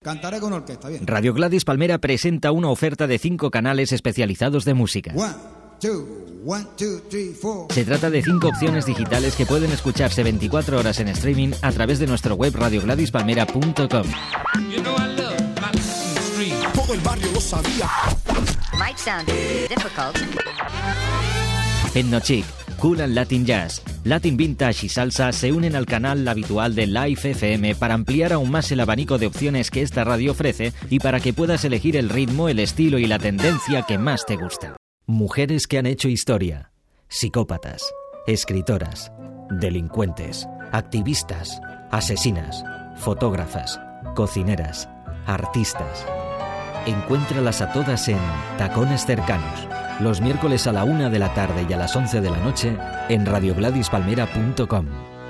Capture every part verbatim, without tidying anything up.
Cantaré con orquesta, bien. Radio Gladys Palmera presenta una oferta de cinco canales especializados de música. One, two, one, two, three, four. Se trata de cinco opciones digitales que pueden escucharse veinticuatro horas en streaming a través de nuestro web radio gladys palmera punto com. You know I love my Latin stream. Todo el barrio lo sabía. Might sound difficult. Etnochic, Cool and Latin Jazz, Latin Vintage y Salsa se unen al canal habitual de Live F M para ampliar aún más el abanico de opciones que esta radio ofrece y para que puedas elegir el ritmo, el estilo y la tendencia que más te gusta. Mujeres que han hecho historia, psicópatas, escritoras, delincuentes, activistas, asesinas, fotógrafas, cocineras, artistas. Encuéntralas a todas en Tacones Cercanos, los miércoles a la una de la tarde y a las once de la noche en radio gladys palmera punto com.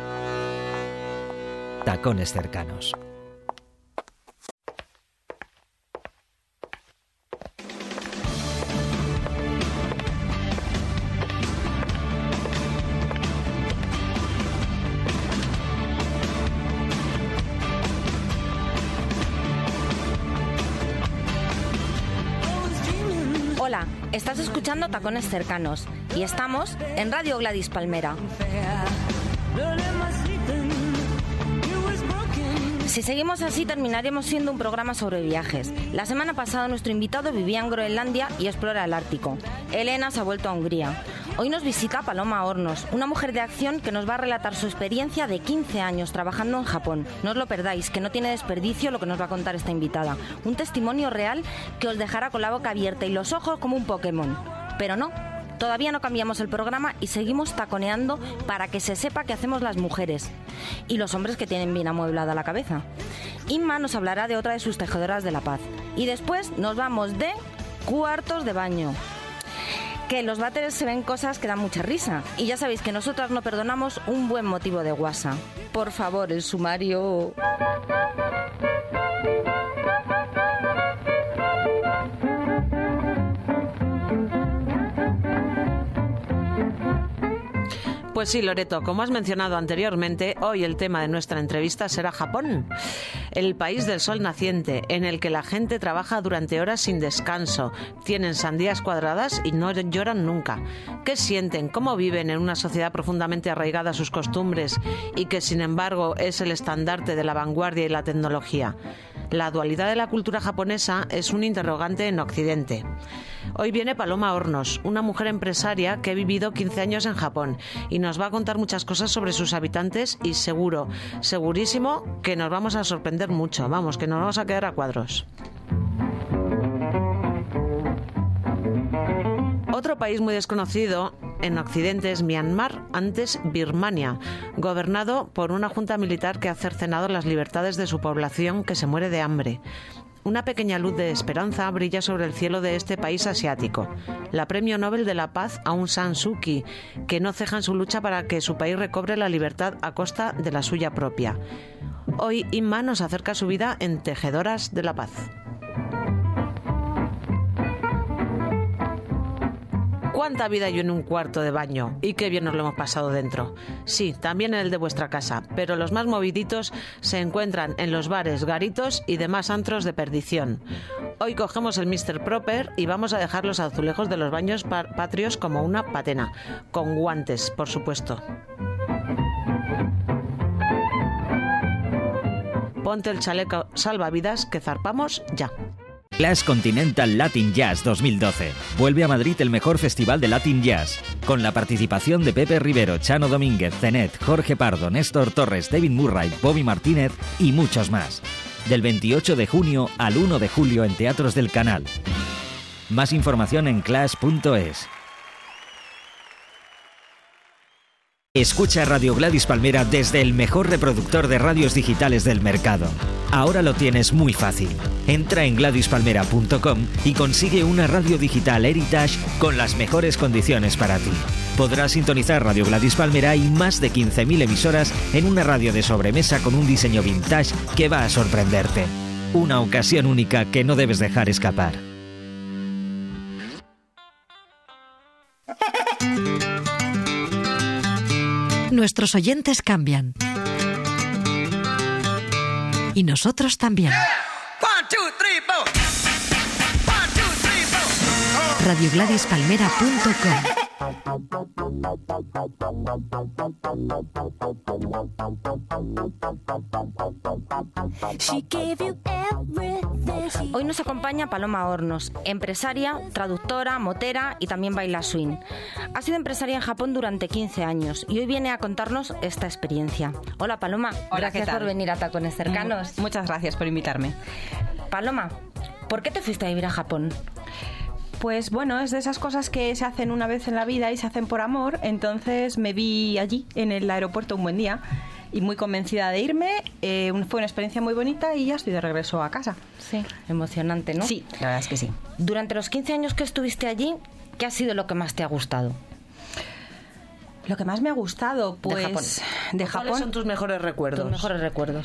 Tacones Cercanos. Hola, estás escuchando Tacones Cercanos y estamos en Radio Gladys Palmera. Si seguimos así, terminaremos siendo un programa sobre viajes. La semana pasada nuestro invitado vivía en Groenlandia y explora el Ártico. Elena se ha vuelto a Hungría. Hoy nos visita Paloma Hornos, una mujer de acción que nos va a relatar su experiencia de quince años trabajando en Japón. No os lo perdáis, que no tiene desperdicio lo que nos va a contar esta invitada. Un testimonio real que os dejará con la boca abierta y los ojos como un Pokémon. Pero no. Todavía no cambiamos el programa y seguimos taconeando para que se sepa qué hacemos las mujeres y los hombres que tienen bien amueblada la cabeza. Inma nos hablará de otra de sus tejedoras de la paz. Y después nos vamos de cuartos de baño. Que en los váteres se ven cosas que dan mucha risa. Y ya sabéis que nosotras no perdonamos un buen motivo de guasa. Por favor, el sumario... Pues sí, Loreto, como has mencionado anteriormente, hoy el tema de nuestra entrevista será Japón, el país del sol naciente, en el que la gente trabaja durante horas sin descanso, tienen sandías cuadradas y no lloran nunca. ¿Qué sienten? ¿Cómo viven en una sociedad profundamente arraigada a sus costumbres y que, sin embargo, es el estandarte de la vanguardia y la tecnología? La dualidad de la cultura japonesa es un interrogante en Occidente. Hoy viene Paloma Hornos, una mujer empresaria que ha vivido quince años en Japón y nos va a contar muchas cosas sobre sus habitantes y seguro, segurísimo que nos vamos a sorprender mucho. Vamos, que nos vamos a quedar a cuadros. Otro país muy desconocido en Occidente es Myanmar, antes Birmania, gobernado por una junta militar que ha cercenado las libertades de su población que se muere de hambre. Una pequeña luz de esperanza brilla sobre el cielo de este país asiático. La Premio Nobel de la Paz Aung San Suu Kyi, que no ceja en su lucha para que su país recobre la libertad a costa de la suya propia. Hoy Inma nos acerca a su vida en Tejedoras de la Paz. ¿Cuánta vida hay en un cuarto de baño? Y qué bien nos lo hemos pasado dentro. Sí, también en el de vuestra casa, pero los más moviditos se encuentran en los bares, garitos y demás antros de perdición. Hoy cogemos el míster Proper y vamos a dejar los azulejos de los baños patrios como una patena, con guantes, por supuesto. Ponte el chaleco salvavidas que zarpamos ya. Clash Continental Latin Jazz dos mil doce. Vuelve a Madrid el mejor festival de Latin Jazz, con la participación de Pepe Rivero, Chano Domínguez, Zenet, Jorge Pardo, Néstor Torres, David Murray, Bobby Martínez y muchos más. Del veintiocho de junio al uno de julio en Teatros del Canal. Más información en clash punto es. Escucha Radio Gladys Palmera desde el mejor reproductor de radios digitales del mercado. Ahora lo tienes muy fácil. Entra en gladys palmera punto com y consigue una radio digital Heritage con las mejores condiciones para ti. Podrás sintonizar Radio Gladys Palmera y más de quince mil emisoras en una radio de sobremesa con un diseño vintage que va a sorprenderte. Una ocasión única que no debes dejar escapar. Nuestros oyentes cambian. Y nosotros también. radio gladys palmera punto com. Hoy nos acompaña Paloma Hornos, empresaria, traductora, motera y también baila swing. Ha sido empresaria en Japón durante quince años y hoy viene a contarnos esta experiencia. Hola Paloma, Hola, gracias ¿qué tal? por venir a Tacones Cercanos. Muchas gracias por invitarme. Paloma, ¿por qué te fuiste a vivir a Japón? Pues bueno, es de esas cosas que se hacen una vez en la vida y se hacen por amor. Entonces me vi allí en el aeropuerto un buen día y muy convencida de irme. Eh, fue una experiencia muy bonita y ya estoy de regreso a casa. Sí, emocionante, ¿no? Sí, la verdad es que sí. Durante los quince años que estuviste allí, ¿qué ha sido lo que más te ha gustado? Lo que más me ha gustado, pues... De Japón. De ¿Cuáles Japón. son tus mejores recuerdos? Tus mejores recuerdos.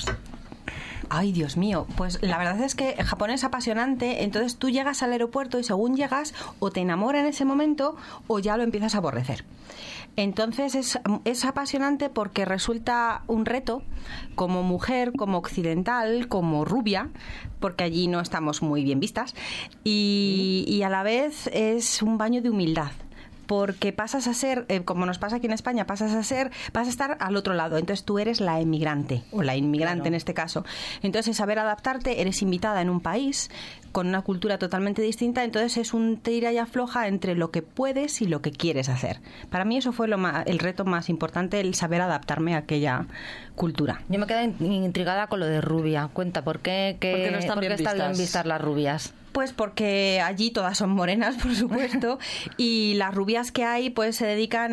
Ay, Dios mío, pues la verdad es que Japón es apasionante, entonces tú llegas al aeropuerto y según llegas o te enamora en ese momento o ya lo empiezas a aborrecer. Entonces es, es apasionante porque resulta un reto como mujer, como occidental, como rubia, porque allí no estamos muy bien vistas, y, y a la vez es un baño de humildad. Porque pasas a ser, eh, como nos pasa aquí en España, pasas a ser, vas a estar al otro lado. Entonces tú eres la emigrante, o la inmigrante claro. En este caso. Entonces, saber adaptarte, eres invitada en un país con una cultura totalmente distinta, entonces es un tira y afloja entre lo que puedes y lo que quieres hacer. Para mí eso fue lo más, el reto más importante, el saber adaptarme a aquella cultura. Yo me quedé intrigada con lo de rubia. Cuenta, ¿por qué, que, Porque no están ¿por qué bien están bien vistas? vistas las rubias? Pues porque allí todas son morenas, por supuesto, y las rubias que hay pues se dedican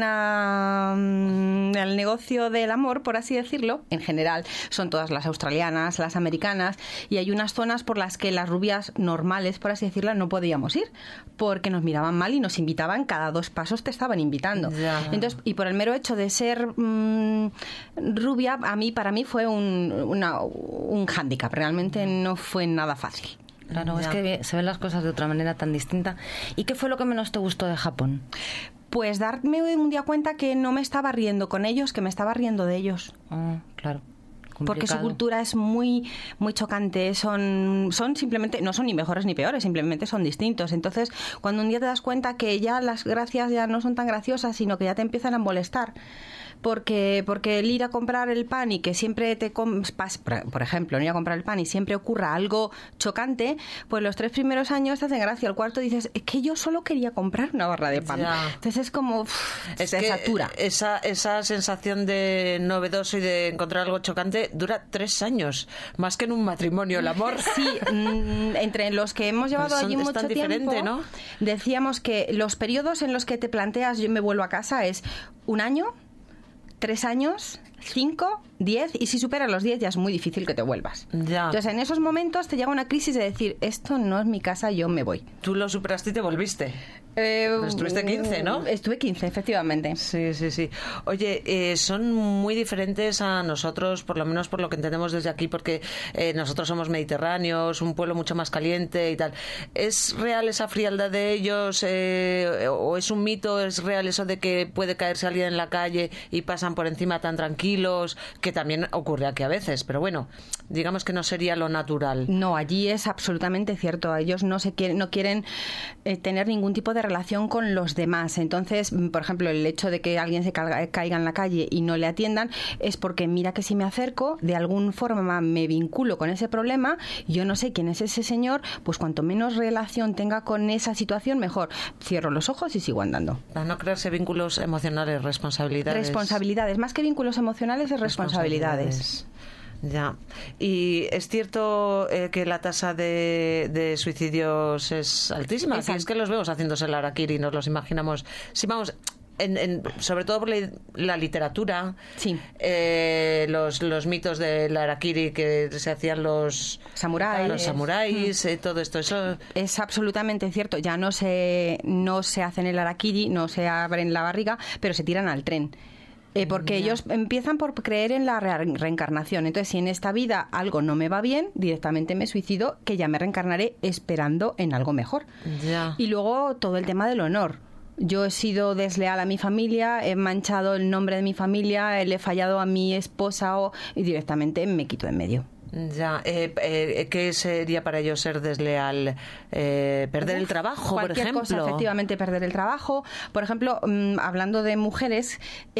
a, mm, al negocio del amor, por así decirlo. En general son todas las australianas, las americanas, y hay unas zonas por las que las rubias normales, por así decirlo, no podíamos ir, porque nos miraban mal y nos invitaban, cada dos pasos te estaban invitando. Ya. Entonces, y por el mero hecho de ser mmm, rubia, a mí, para mí fue un, una, un hándicap, realmente no fue nada fácil. Claro, Ya. es que se ven las cosas de otra manera tan distinta. ¿Y qué fue lo que menos te gustó de Japón? Pues darme un día cuenta que no me estaba riendo con ellos, que me estaba riendo de ellos. Ah, claro. Porque su Complicado. cultura es muy muy chocante, son son simplemente, no son ni mejores ni peores, simplemente son distintos. Entonces, cuando un día te das cuenta que ya las gracias ya no son tan graciosas, sino que ya te empiezan a molestar. Porque, porque el ir a comprar el pan y que siempre te... Com- por ejemplo, ir a comprar el pan y siempre ocurra algo chocante, pues los tres primeros años te hacen gracia. El cuarto dices, es que yo solo quería comprar una barra de pan. Ya. Entonces es como... Uff, Es se que satura. Esa, esa sensación de novedoso y de encontrar algo chocante dura tres años, más que en un matrimonio, el amor. Sí, mm, entre los que hemos llevado Pues son- allí es mucho tan diferente, tiempo, ¿no? decíamos que los periodos en los que te planteas yo me vuelvo a casa es un año, tres años, cinco, diez, y si superas los diez ya es muy difícil que te vuelvas. Ya. Entonces en esos momentos te llega una crisis de decir, esto no es mi casa, yo me voy. Tú lo superaste y te volviste. Eh, Pero estuviste quince, ¿no? Estuve quince, efectivamente. Sí, sí, sí. Oye, eh, son muy diferentes a nosotros, por lo menos por lo que entendemos desde aquí, porque eh, nosotros somos mediterráneos, un pueblo mucho más caliente y tal. ¿Es real esa frialdad de ellos eh, o es un mito? ¿Es real eso de que puede caerse alguien en la calle y pasan por encima tan tranquilos? Que también ocurre aquí a veces, pero bueno, digamos que no sería lo natural. No, allí es absolutamente cierto. Ellos no se quieren, no quieren eh, tener ningún tipo de relación con los demás. Entonces, por ejemplo, el hecho de que alguien se caiga, caiga en la calle y no le atiendan es porque mira que si me acerco, de alguna forma me vinculo con ese problema, yo no sé quién es ese señor, pues cuanto menos relación tenga con esa situación, mejor. Cierro los ojos y sigo andando. Para no crearse vínculos emocionales, responsabilidades. Responsabilidades, más que vínculos emocionales, es responsabilidades. Ya. Y es cierto eh, que la tasa de, de suicidios es altísima. Es Aquí es que los vemos haciéndose el harakiri, nos los imaginamos. Si vamos, en, en, sobre todo por la, la literatura, Sí. eh, los, los mitos del harakiri que se hacían los Samuráis. los samuráis, eh, todo esto, eso. Es absolutamente cierto. Ya no se, no se hacen el harakiri, no se abren la barriga, pero se tiran al tren. Eh, porque Ya. ellos empiezan por creer en la re- reencarnación. Entonces, si en esta vida algo no me va bien, directamente me suicido, que ya me reencarnaré esperando en algo mejor. Ya. Y luego todo el tema del honor. Yo he sido desleal a mi familia, he manchado el nombre de mi familia, le he fallado a mi esposa o, y directamente me quito en medio. Ya, eh, eh, ¿qué sería para ellos ser desleal? Eh, ¿Perder Uf, el trabajo, por cualquier ejemplo? cosa, efectivamente, perder el trabajo. Por ejemplo, mmm, hablando de mujeres,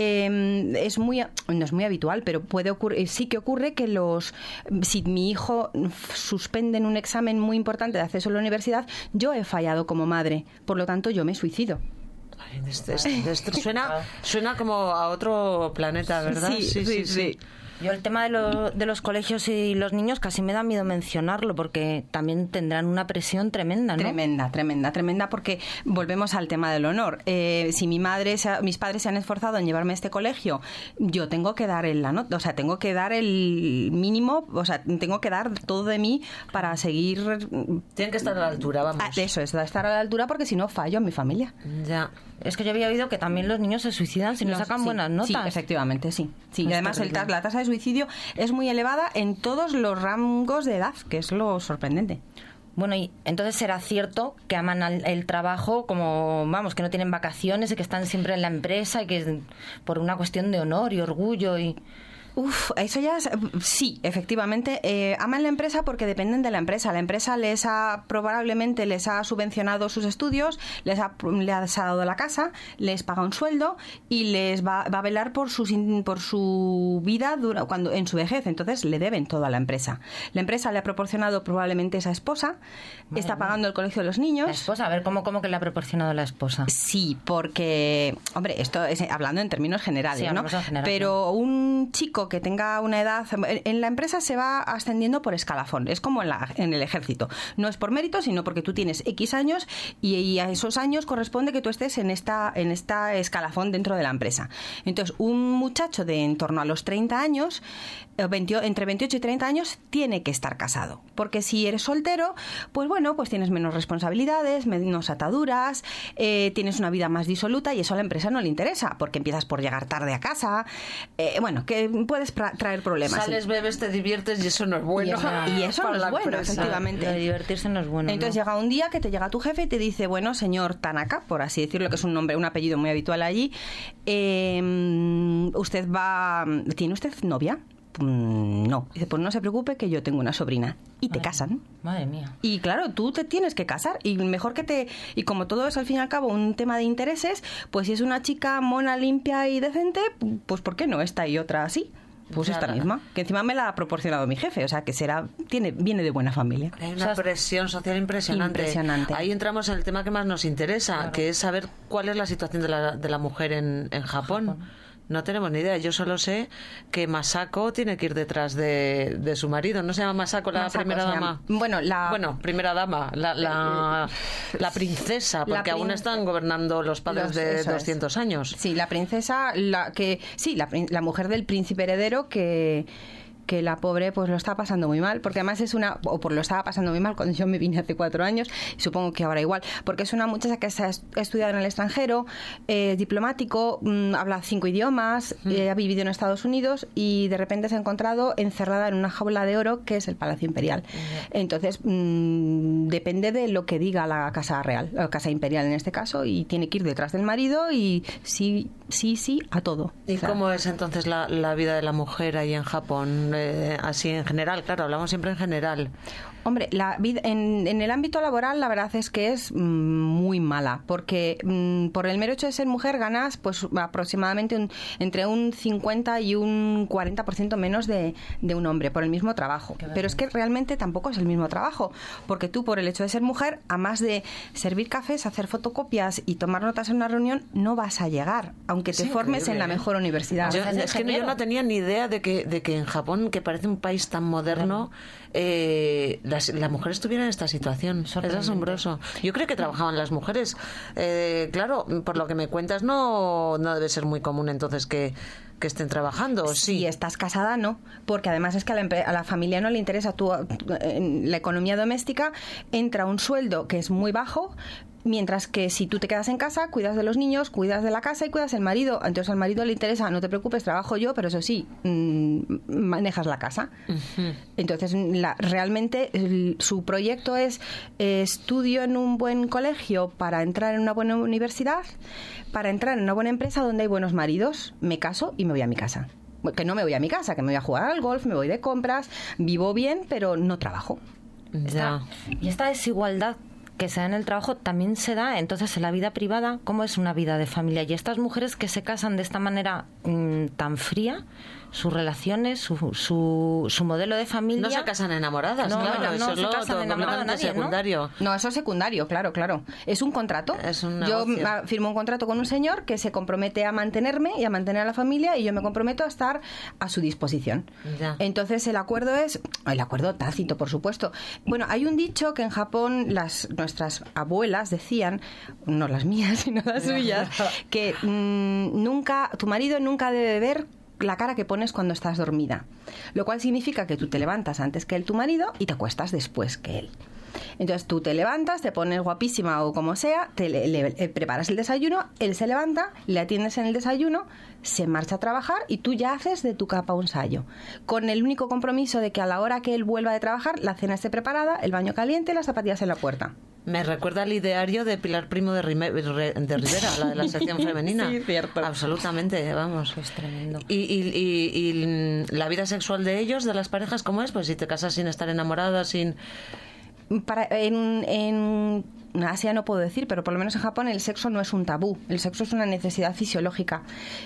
eh, es muy, no es muy habitual, pero puede ocurrir, sí que ocurre que los, si mi hijo suspende un examen muy importante de acceso a la universidad, yo he fallado como madre, por lo tanto yo me suicido. Ay, esto, esto, esto suena, suena como a otro planeta, ¿verdad? Sí, sí, sí. sí. Yo el tema de, lo, de los colegios y los niños casi me da miedo mencionarlo porque también tendrán una presión tremenda, ¿no? Tremenda, tremenda, tremenda, porque volvemos al tema del honor. Eh, si mi madre, se ha, mis padres se han esforzado en llevarme a este colegio, yo tengo que dar el, la nota, o sea, tengo que dar el mínimo, o sea, tengo que dar todo de mí para seguir. Tienen que estar a la altura, vamos. Ah, eso es, estar a la altura porque si no fallo a mi familia. Ya. Es que yo había oído que también los niños se suicidan si no, no sacan sí, buenas notas. Sí, efectivamente, sí. sí. Y además el, la tasa de suicidio es muy elevada en todos los rangos de edad, que es lo sorprendente. Bueno, y entonces será cierto que aman al, el trabajo como, vamos, que no tienen vacaciones y que están siempre en la empresa y que es por una cuestión de honor y orgullo y... Uf, eso ya es, sí, efectivamente, eh, aman la empresa porque dependen de la empresa. La empresa les ha, probablemente les ha subvencionado sus estudios, les ha, les ha dado la casa, les paga un sueldo y les va, va a velar por su, por su vida dura, cuando, en su vejez. Entonces le deben todo a la empresa. La empresa le ha proporcionado probablemente esa esposa, Madre está pagando mía. el colegio de los niños. La esposa, a ver, ¿cómo, cómo que le ha proporcionado la esposa? Sí, porque, hombre, esto es hablando en términos generales, sí, ¿no? En general, Pero un chico que tenga una edad... En la empresa se va ascendiendo por escalafón. Es como en, la, en el ejército. No es por mérito, sino porque tú tienes X años y, y a esos años corresponde que tú estés en esta, en esta escalafón dentro de la empresa. Entonces, un muchacho de en torno a los treinta años, veinte, entre veintiocho y treinta años, tiene que estar casado. Porque si eres soltero, pues bueno, pues tienes menos responsabilidades, menos ataduras, eh, tienes una vida más disoluta y eso a la empresa no le interesa, porque empiezas por llegar tarde a casa. Eh, bueno, que puedes traer problemas. Sales, bebes, te diviertes y eso no es bueno. Y eso no es bueno, empresa. efectivamente. De divertirse no es bueno. Entonces ¿no? llega un día que te llega tu jefe y te dice, bueno, señor Tanaka, por así decirlo, que es un nombre, un apellido muy habitual allí, eh, usted va... ¿Tiene usted novia? No. Dice, pues no se preocupe que yo tengo una sobrina. Y te Madre, casan. Madre mía. Y claro, tú te tienes que casar. Y mejor que te... Y como todo es al fin y al cabo un tema de intereses, pues si es una chica mona, limpia y decente, pues ¿por qué no esta y otra así? Pues esta misma, que encima me la ha proporcionado mi jefe, o sea que será, tiene, viene de buena familia. Hay una o sea, presión social impresionante. impresionante. Ahí entramos en el tema que más nos interesa, claro. que es saber cuál es la situación de la, de la mujer en, en Japón. Japón. No tenemos ni idea. Yo solo sé que Masako tiene que ir detrás de, de su marido. ¿No se llama Masako la Masako, primera dama? Bueno, la... bueno, primera dama, la, la, la princesa, porque la prin... aún están gobernando los padres los, de doscientos es. años. Sí, la princesa, la que sí, la, la mujer del príncipe heredero que... que la pobre pues lo está pasando muy mal, porque además es una, o por lo estaba pasando muy mal cuando yo me vine hace cuatro años, y supongo que ahora igual, porque es una muchacha que ha estudiado en el extranjero, eh, diplomático, mmm, habla cinco idiomas, mm. eh, ha vivido en Estados Unidos y de repente se ha encontrado encerrada en una jaula de oro que es el Palacio Imperial. Mm. Entonces, mmm, depende de lo que diga la Casa Real, la Casa Imperial en este caso, y tiene que ir detrás del marido y sí, sí, sí, a todo. ¿Y o sea, cómo es entonces la, la vida de la mujer ahí en Japón? Eh, así en general, claro, hablamos siempre en general. Hombre, la vida, en, en el ámbito laboral la verdad es que es mmm, muy mala, porque mmm, por el mero hecho de ser mujer ganas pues aproximadamente un, entre un cincuenta y un cuarenta por ciento menos de, de un hombre por el mismo trabajo. Pero es que realmente tampoco es el mismo trabajo, porque tú por el hecho de ser mujer, a más de servir cafés, hacer fotocopias y tomar notas en una reunión, no vas a llegar, aunque te es formes en la mejor universidad. Yo, es que yo no tenía ni idea de que, de que en Japón, que parece un país tan moderno, eh, la, la mujer estuviera en esta situación. Es asombroso. Yo creo que trabajaban las mujeres. Eh, claro, por lo que me cuentas, no, no debe ser muy común entonces que, que estén trabajando. Sí. Si estás casada, no. Porque además es que a la, a la familia no le interesa. Tú, en la economía doméstica entra un sueldo que es muy bajo, mientras que si tú te quedas en casa, cuidas de los niños, cuidas de la casa y cuidas del marido. Entonces al marido le interesa, no te preocupes, trabajo yo, pero eso sí, mmm, manejas la casa. Uh-huh. Entonces la, realmente el, su proyecto es eh, estudio en un buen colegio para entrar en una buena universidad, para entrar en una buena empresa donde hay buenos maridos, me caso y me voy a mi casa. que no me voy a mi casa, que me voy a jugar al golf, me voy de compras, vivo bien, pero no trabajo. Ya. Y esta desigualdad que se da en el trabajo también se da entonces en la vida privada. ¿Cómo es una vida de familia? Y estas mujeres que se casan de esta manera mmm, tan fría, sus relaciones, su, su, su modelo de familia... No se casan enamoradas, no, claro, no, no eso se es lo casan enamoradas nadie, secundario. ¿no? no, eso es secundario, claro, claro. Es un contrato. Es un yo negocio. firmo un contrato con un señor que se compromete a mantenerme y a mantener a la familia, y yo me comprometo a estar a su disposición. Ya. Entonces el acuerdo es... El acuerdo tácito, por supuesto. Bueno, hay un dicho que en Japón las nuestras abuelas decían, no las mías, sino las suyas, que mmm, nunca, tu marido nunca debe ver la cara que pones cuando estás dormida, lo cual significa que tú te levantas antes que él, tu marido, y te acuestas después que él. Entonces tú te levantas, te pones guapísima o como sea, te le, le, le preparas el desayuno, él se levanta, le atiendes en el desayuno, se marcha a trabajar y tú ya haces de tu capa un sayo, con el único compromiso de que a la hora que él vuelva de trabajar la cena esté preparada, el baño caliente, las zapatillas en la puerta. Me recuerda al ideario de Pilar Primo de, Rime, de Rivera, la de la sección femenina. Sí, cierto. Absolutamente, vamos. Es tremendo. Y, y, y, y la vida sexual de ellos, de las parejas, ¿cómo es? Pues si te casas sin estar enamorada, sin... Para, en, en Asia no puedo decir, pero por lo menos en Japón el sexo no es un tabú, el sexo es una necesidad fisiológica.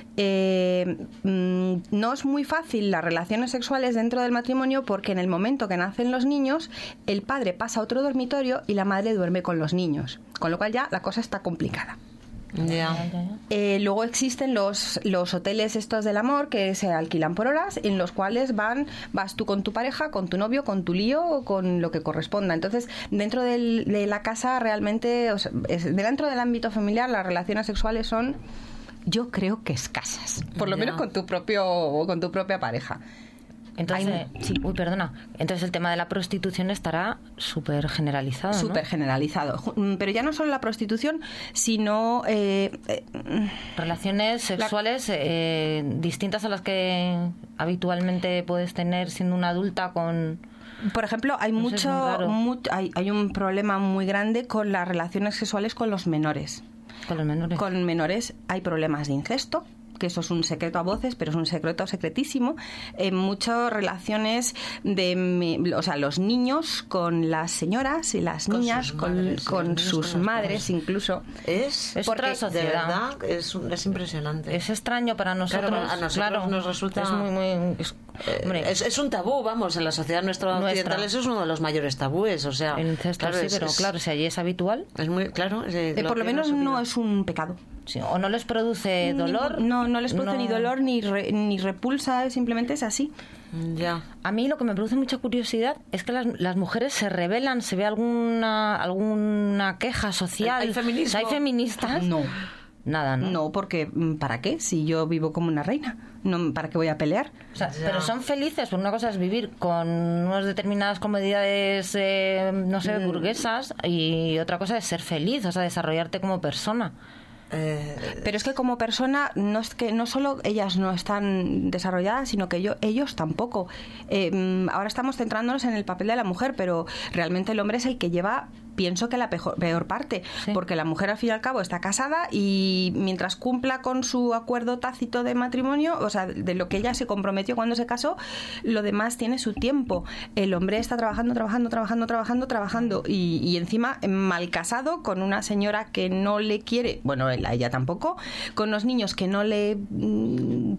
Eh, mm, no es muy fácil las relaciones sexuales dentro del matrimonio porque en el momento que nacen los niños, el padre pasa a otro dormitorio y la madre duerme con los niños, con lo cual ya la cosa está complicada. Ya. Eh, luego existen los, los hoteles estos del amor que se alquilan por horas, en los cuales van vas tú con tu pareja, con tu novio, con tu lío o con lo que corresponda. Entonces, dentro del, de la casa realmente, o sea, es, dentro del ámbito familiar, las relaciones sexuales son, yo creo que escasas, por lo Ya. menos con tu propio con tu propia pareja. Entonces, Hay- sí, uy, perdona. Entonces el tema de la prostitución estará súper generalizado, ¿no? Súper generalizado. Ju- Pero ya no solo la prostitución, sino... Eh, eh, Relaciones sexuales eh, distintas a las que habitualmente puedes tener siendo una adulta con... Por ejemplo, hay No sé, es mucho, muy raro. mu- hay, hay un problema muy grande con las relaciones sexuales con los menores. Con los menores. Con menores hay problemas de incesto, que eso es un secreto a voces, pero es un secreto secretísimo. En muchas relaciones de, me- o sea, los niños con las señoras y las Con niñas sus con, madres, con los niños sus con las madres madres. incluso. Es, Es porque otra de sociedad. verdad es, un- es impresionante. Es extraño para nosotros. Claro, a nosotros claro, nos resulta- Es muy, muy... es- Eh, hombre, es, es un tabú, vamos, en la sociedad nuestra Nuestra. occidental eso es uno de los mayores tabúes, o sea, el incesto claro, sí, es- pero es- claro, si allí es habitual, es muy claro, es, Eh, por lo menos no es un pecado. sí, o no les produce dolor. No, no les produce no- ni dolor ni, re- ni repulsa, simplemente es así. ya. A mí lo que me produce mucha curiosidad es que las, las mujeres se rebelan, se ve alguna alguna queja social. ¿Hay feminismo? ¿Hay feministas? No. Nada, ¿no? No, porque mm, ¿para qué? Si yo vivo como una reina, no, ¿para qué voy a pelear? O sea, pero son felices, porque una cosa es vivir con unas determinadas comodidades, eh, no sé, burguesas, y otra cosa es ser feliz, o sea, desarrollarte como persona. Eh, Pero es que como persona no es que no solo ellas no están desarrolladas, sino que yo, ellos tampoco. Eh, mm, ahora estamos centrándonos en el papel de la mujer, pero realmente el hombre es el que lleva, pienso que la peor, peor parte, Sí. porque la mujer al fin y al cabo está casada y mientras cumpla con su acuerdo tácito de matrimonio, o sea, de lo que ella se comprometió cuando se casó, lo demás tiene su tiempo. El hombre está trabajando, trabajando, trabajando, trabajando, trabajando y, y encima mal casado con una señora que no le quiere, bueno, él a ella tampoco, con unos niños que no le... mm,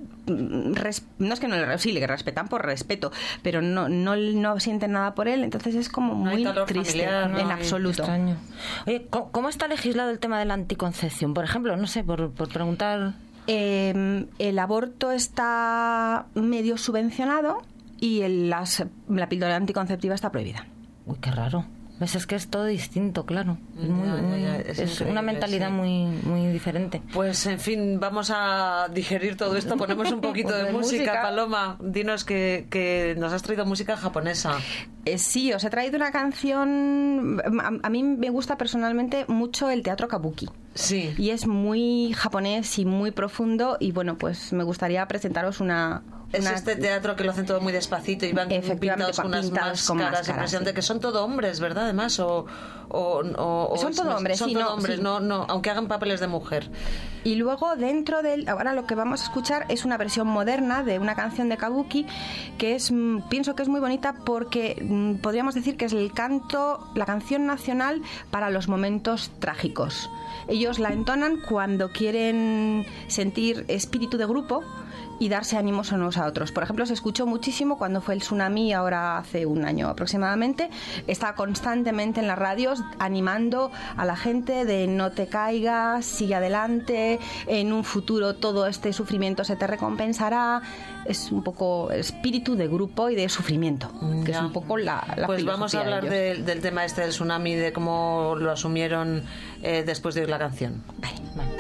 res- no es que no le, sí, le respetan por respeto, pero no, no, no sienten nada por él, entonces es como No hay muy calor triste, familiar, no en hay- absoluto. Extraño. Oye, ¿cómo, cómo está legislado el tema de la anticoncepción? Por ejemplo, no sé, por, por preguntar... Eh, el aborto está medio subvencionado y el- las- la píldora anticonceptiva está prohibida. Uy, qué raro. ¿Ves? Es que es todo distinto, claro. Es, muy- Ya, ya, muy- ya, es es increíble, una mentalidad sí. muy, muy diferente. Pues en fin, vamos a digerir todo esto. Ponemos un poquito de, De música. música. Paloma, dinos que, que nos has traído música japonesa. Eh, sí, os he traído una canción. A, a mí me gusta personalmente mucho el teatro kabuki. Sí. Y es muy japonés y muy profundo. Y bueno, pues me gustaría presentaros una. Es una- este teatro que lo hacen todo muy despacito y van Efectivamente, pintados con unas pintados con máscaras máscaras, impresionantes, sí. que son todo hombres, ¿verdad? Además, o... o, o- o Son es- todo hombres, son sí, todo no, hombres, sí. no, no, aunque hagan papeles de mujer. Y luego dentro del... Ahora lo que vamos a escuchar es una versión moderna de una canción de Kabuki que es, pienso que es muy bonita porque mmm, podríamos decir que es el canto, la canción nacional para los momentos trágicos. Ellos la entonan cuando quieren sentir espíritu de grupo y darse ánimos unos a otros. Por ejemplo, se escuchó muchísimo cuando fue el tsunami, ahora hace un año aproximadamente. Está constantemente en las radios animando a la gente de no te caigas, sigue adelante, en un futuro todo este sufrimiento se te recompensará. Es un poco espíritu de grupo y de sufrimiento, que ya es un poco la, la Pues vamos a hablar de, del tema este del tsunami, de cómo lo asumieron eh, después de oír la canción. Vale, vale.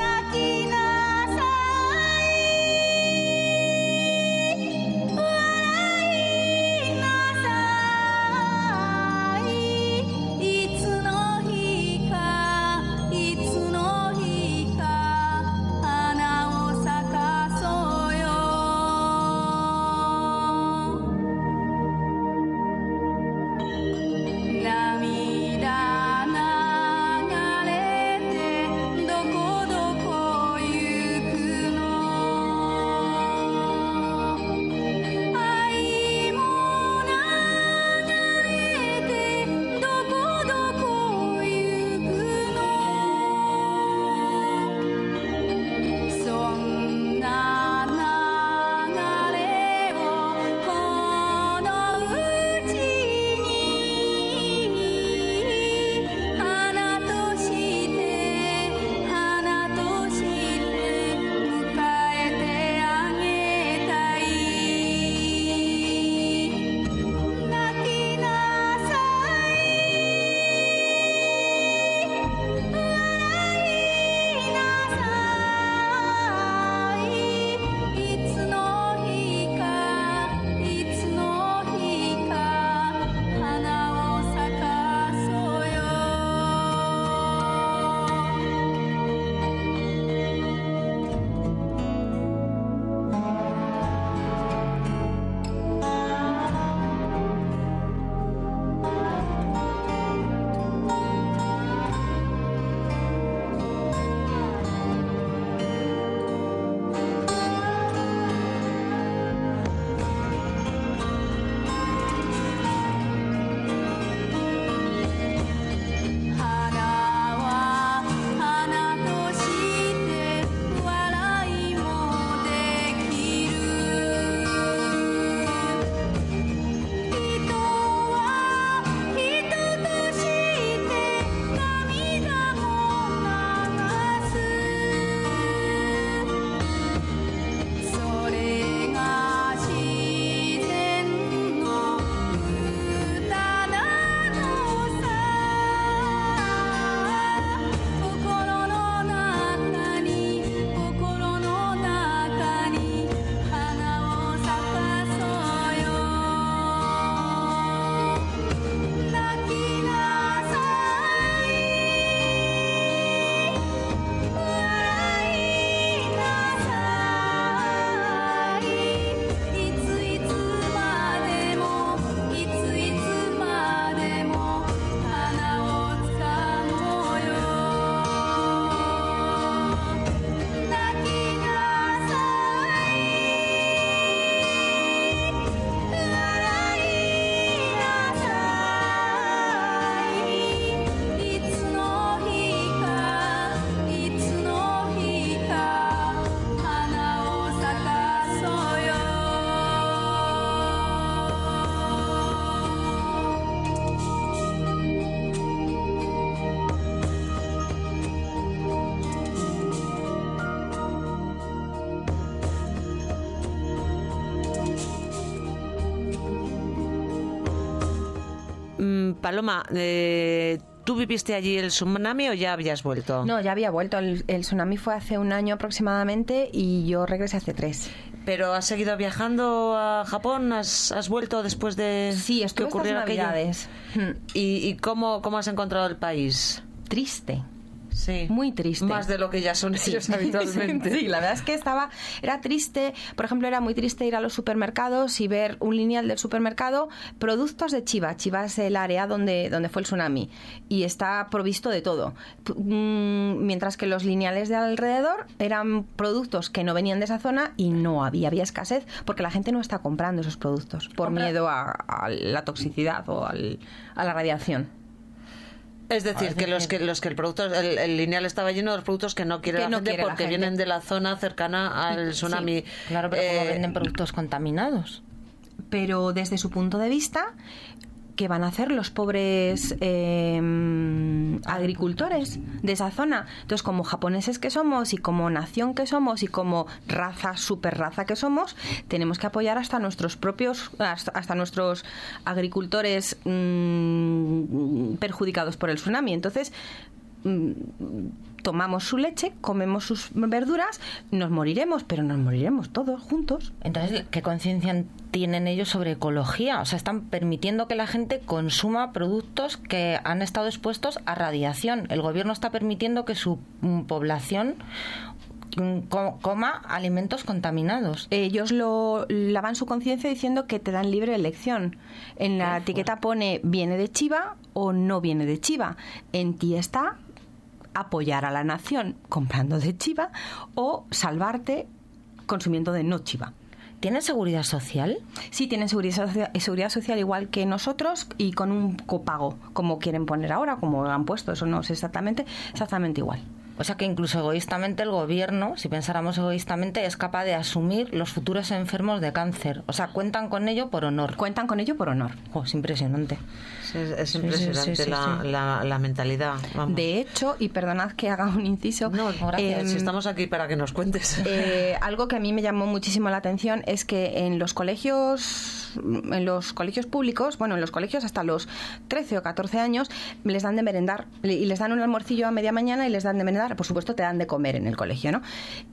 Paloma, eh, ¿tú viviste allí el tsunami o ya habías vuelto? No, ya había vuelto. El, el tsunami fue hace un año aproximadamente y yo regresé hace tres. ¿Pero has seguido viajando a Japón? ¿Has, has vuelto después de sí, que ocurriera estas navidades? ¿Y, y cómo, cómo has encontrado el país? Triste. Sí. Muy triste. Más de lo que ya son ellos habitualmente. Sí, la verdad es que estaba, era triste. Por ejemplo, era muy triste ir a los supermercados y ver un lineal del supermercado, productos de Chiva. Chiva es el área donde, donde fue el tsunami y está provisto de todo. P- mm, mientras que los lineales de alrededor eran productos que no venían de esa zona y no había, había escasez porque la gente no está comprando esos productos por Compra- miedo a, a la toxicidad o al, a la radiación. Es decir, que los que los que el producto el, el lineal estaba lleno de los productos que no quiere Que la no gente quiere la porque gente. vienen de la zona cercana al tsunami. Sí, Claro, pero como Eh, venden productos contaminados. Pero desde su punto de vista, ¿qué van a hacer los pobres eh, agricultores de esa zona? Entonces, como japoneses que somos y como nación que somos y como raza, super raza que somos, tenemos que apoyar hasta nuestros propios, hasta, hasta nuestros agricultores mmm, perjudicados por el tsunami. Entonces, mmm, tomamos su leche, comemos sus verduras, nos moriremos, pero nos moriremos todos juntos. Entonces, ¿qué conciencia tienen ellos sobre ecología? O sea, están permitiendo que la gente consuma productos que han estado expuestos a radiación. El gobierno está permitiendo que su mm, población mm, co- coma alimentos contaminados. Ellos lo lavan su conciencia diciendo que te dan libre elección. En la etiqueta pone viene de Chiva o no viene de Chiva. En ti está apoyar a la nación comprando de Chiva o salvarte consumiendo de no Chiva. ¿Tiene seguridad social? Sí, tienen seguridad, socia- seguridad social igual que nosotros y con un copago, como quieren poner ahora, como lo han puesto, eso no sé exactamente, exactamente igual. O sea que incluso egoístamente el gobierno, si pensáramos egoístamente, es capaz de asumir los futuros enfermos de cáncer. O sea, cuentan con ello por honor. Cuentan con ello por honor. Jo, es impresionante. Sí, es, es Sí, impresionante sí, sí, la, sí. La, la mentalidad. Vamos. De hecho, y perdonad que haga un inciso, No, gracias. em, Si estamos aquí para que nos cuentes. Eh, algo que a mí me llamó muchísimo la atención es que en los colegios, en los colegios públicos, bueno, en los colegios hasta los trece o catorce años, les dan de merendar y les dan un almuercillo a media mañana y les dan de merendar. Por supuesto, te dan de comer en el colegio, ¿no?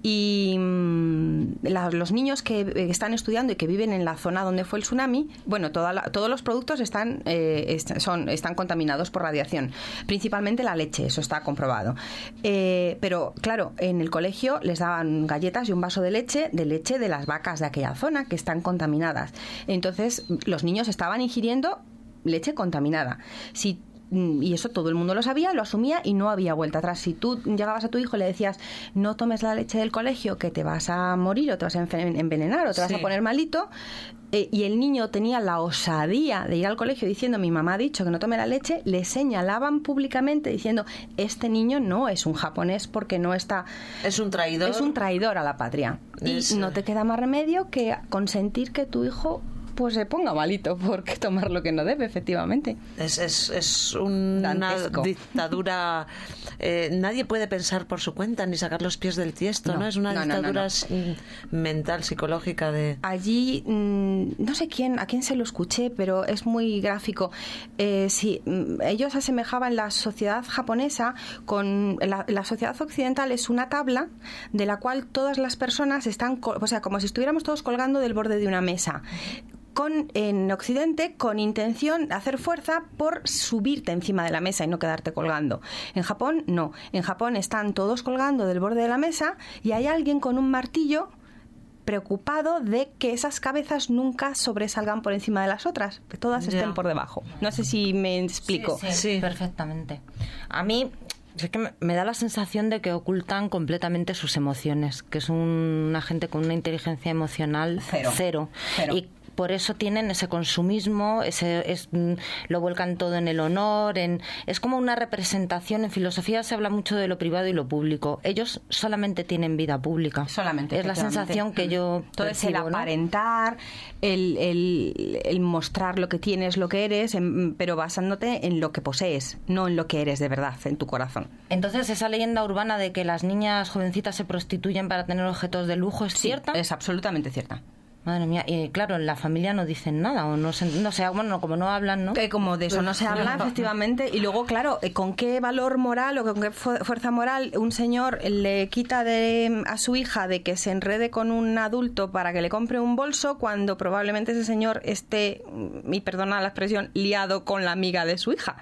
Y mm, la- los niños que eh, están estudiando y que viven en la zona donde fue el tsunami, bueno, toda la- todos los productos están, eh, est- son, están contaminados por radiación, principalmente la leche, eso está comprobado. Eh, pero, claro, en el colegio les daban galletas y un vaso de leche, de leche de las vacas de aquella zona que están contaminadas. Entonces, los niños estaban ingiriendo leche contaminada. Si y eso todo el mundo lo sabía, lo asumía y no había vuelta atrás. Si tú llegabas a tu hijo y le decías no tomes la leche del colegio que te vas a morir o te vas a enfe- envenenar o te vas Sí. a poner malito, eh, y el niño tenía la osadía de ir al colegio diciendo mi mamá ha dicho que no tome la leche, le señalaban públicamente diciendo este niño no es un japonés porque no está... Es un traidor. Es un traidor a la patria. Y Es- no te queda más remedio que consentir que tu hijo pues se ponga malito porque tomar lo que no debe, efectivamente. Es, es, es una Dantesco. dictadura. Eh, nadie puede pensar por su cuenta ni sacar los pies del tiesto, ¿no? No, Es una no, no, no, dictadura no. s- mental, psicológica de. Allí, mm, no sé quién, a quién se lo escuché, pero es muy gráfico. Eh, sí, mm, ellos asemejaban la sociedad japonesa con la, la sociedad occidental es una tabla de la cual todas las personas están, co- o sea, como si estuviéramos todos colgando del borde de una mesa. Con, en Occidente, con intención de hacer fuerza por subirte encima de la mesa y no quedarte colgando. En Japón, no. En Japón están todos colgando del borde de la mesa y hay alguien con un martillo preocupado de que esas cabezas nunca sobresalgan por encima de las otras, que todas Ya. estén por debajo. No sé si me explico. Sí, sí, Sí. perfectamente. A mí es que me- me da la sensación de que ocultan completamente sus emociones, que es un- una gente con una inteligencia emocional Cero. cero. Cero. Y por eso tienen ese consumismo, ese es, mm, lo vuelcan todo en el honor, en es como una representación. En filosofía se habla mucho de lo privado y lo público. Ellos solamente tienen vida pública. Solamente. Es la efectivamente. sensación que yo Todo es el percibo, ¿no? aparentar, el, el- el mostrar lo que tienes, lo que eres, en- pero basándote en lo que posees, no en lo que eres de verdad, en tu corazón. Entonces, esa leyenda urbana de que las niñas jovencitas se prostituyen para tener objetos de lujo es Sí, cierta. es absolutamente cierta. Madre mía, y claro, en la familia no dicen nada, o no, se, no sé, bueno, como no hablan, ¿no? Que como de eso no se habla, efectivamente. Y luego, claro, eh, ¿con qué valor moral o con qué fu- fuerza moral un señor le quita de, a su hija de que se enrede con un adulto para que le compre un bolso cuando probablemente ese señor esté, mm, y perdona la expresión, liado con la amiga de su hija?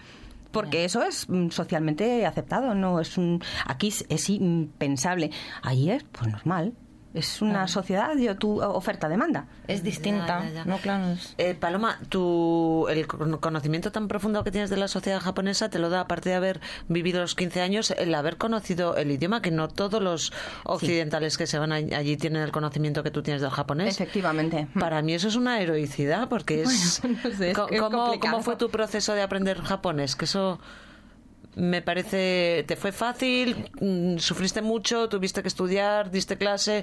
porque eso es mm, socialmente aceptado, no es un aquí es, es impensable. Allí es pues normal. Es una sociedad, yo, tu oferta-demanda. Es distinta. Ya, ya, ya. No, claro. es- Eh, Paloma, tu, el conocimiento tan profundo que tienes de la sociedad japonesa te lo da, aparte de haber vivido los quince años, el haber conocido el idioma, que no todos los occidentales que se van a- allí tienen el conocimiento que tú tienes del japonés. Efectivamente. Para mí eso es una heroicidad, porque es... Bueno, no sé, es- Co- es ¿Cómo, complicado. ¿Cómo fue tu proceso de aprender japonés? Que eso... Me parece, ¿te fue fácil? Mm, ¿Sufriste mucho? ¿Tuviste que estudiar? ¿Diste clase?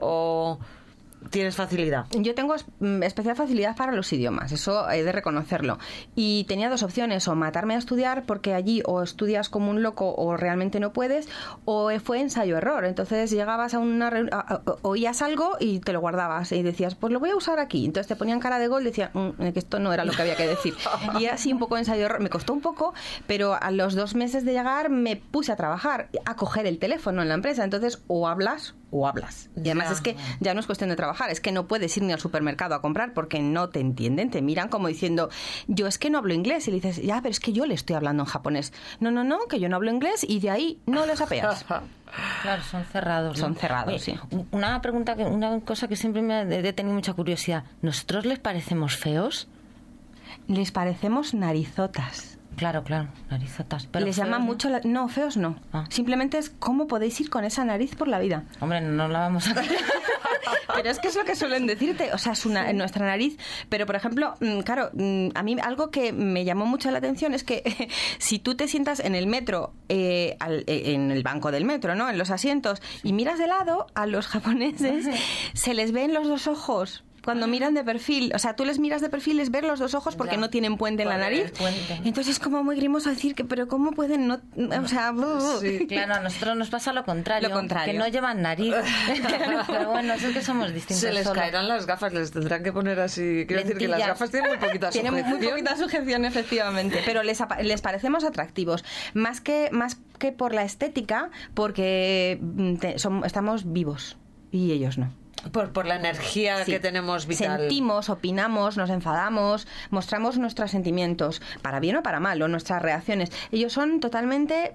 ¿O tienes facilidad? Yo tengo es- mm, especial facilidad para los idiomas, eso he de reconocerlo. Y tenía dos opciones, o matarme a estudiar, porque allí o estudias como un loco o realmente no puedes, o fue ensayo-error. Entonces llegabas a una reunión, oías algo y te lo guardabas y decías, pues lo voy a usar aquí. Entonces te ponían cara de gol y decían "Mm, que esto no era lo que había que decir". Y era así un poco ensayo-error. Me costó un poco, pero a los dos meses de llegar me puse a trabajar, a coger el teléfono en la empresa. Entonces o hablas o hablas. Y además Ya. es que ya no es cuestión de trabajar, es que no puedes ir ni al supermercado a comprar porque no te entienden, te miran como diciendo, yo es que no hablo inglés. Y le dices, ya, pero es que yo le estoy hablando en japonés. No, no, no, que yo no hablo inglés, y de ahí no les apeas. Claro, son cerrados. ¿no? Son cerrados, Oye, sí. Una pregunta, que una cosa que siempre me ha de- de tenido mucha curiosidad. ¿Nosotros les parecemos feos? Les parecemos narizotas. Claro, claro, narizotas. Pero Les feos, llama ¿no? mucho la... No, feos no. Ah. Simplemente es cómo podéis ir con esa nariz por la vida. Hombre, no la vamos a... Pero es que es lo que suelen decirte, o sea, es una, en nuestra nariz. Pero, por ejemplo, mm, claro, mm, a mí algo que me llamó mucho la atención es que si tú te sientas en el metro, eh, al- eh, en el banco del metro, ¿no? En los asientos, y miras de lado, a los japoneses se les ven los dos ojos. Cuando miran de perfil, o sea, tú les miras de perfil, les ver los dos ojos porque Ya. no tienen puente en la Por el nariz. puente. Entonces es como muy grimoso decir que, pero ¿cómo pueden no? O sea, Sí, claro, a nosotros nos pasa lo contrario. Lo contrario. Que no llevan nariz. Pero bueno, es que somos distintos. Se les solo. caerán las gafas, les tendrán que poner así. Quiero decir que las Lentillas. gafas tienen muy poquita Tienen muy sujeción. poquita sujeción, efectivamente, pero les, apa- les parecemos atractivos, más que, más que por la estética, porque mm, te- som- estamos vivos y ellos no. Por, por la energía Sí. que tenemos vital. Sentimos, opinamos, nos enfadamos, mostramos nuestros sentimientos, para bien o para mal, o nuestras reacciones. Ellos son totalmente...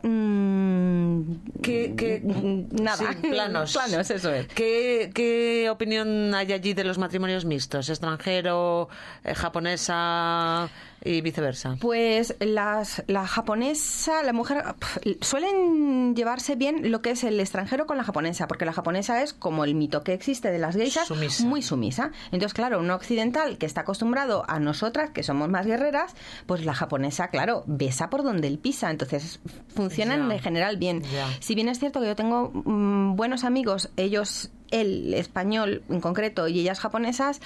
mm, ¿Qué, qué- mm, nada. sí, planos. Planos, eso es. ¿Qué, ¿Qué opinión hay allí de los matrimonios mixtos? ¿Extranjero, eh, japonesa y viceversa? Pues las, la japonesa, la mujer, pf, suelen llevarse bien lo que es el extranjero con la japonesa, porque la japonesa es como el mito que existe de las geishas, Sumisa. muy sumisa. Entonces, claro, un occidental que está acostumbrado a nosotras, que somos más guerreras, pues la japonesa, claro, besa por donde él pisa. Entonces, funcionan Ya. en general bien. Ya. Si bien es cierto que yo tengo mm, buenos amigos, ellos... él español en concreto y ellas japonesas,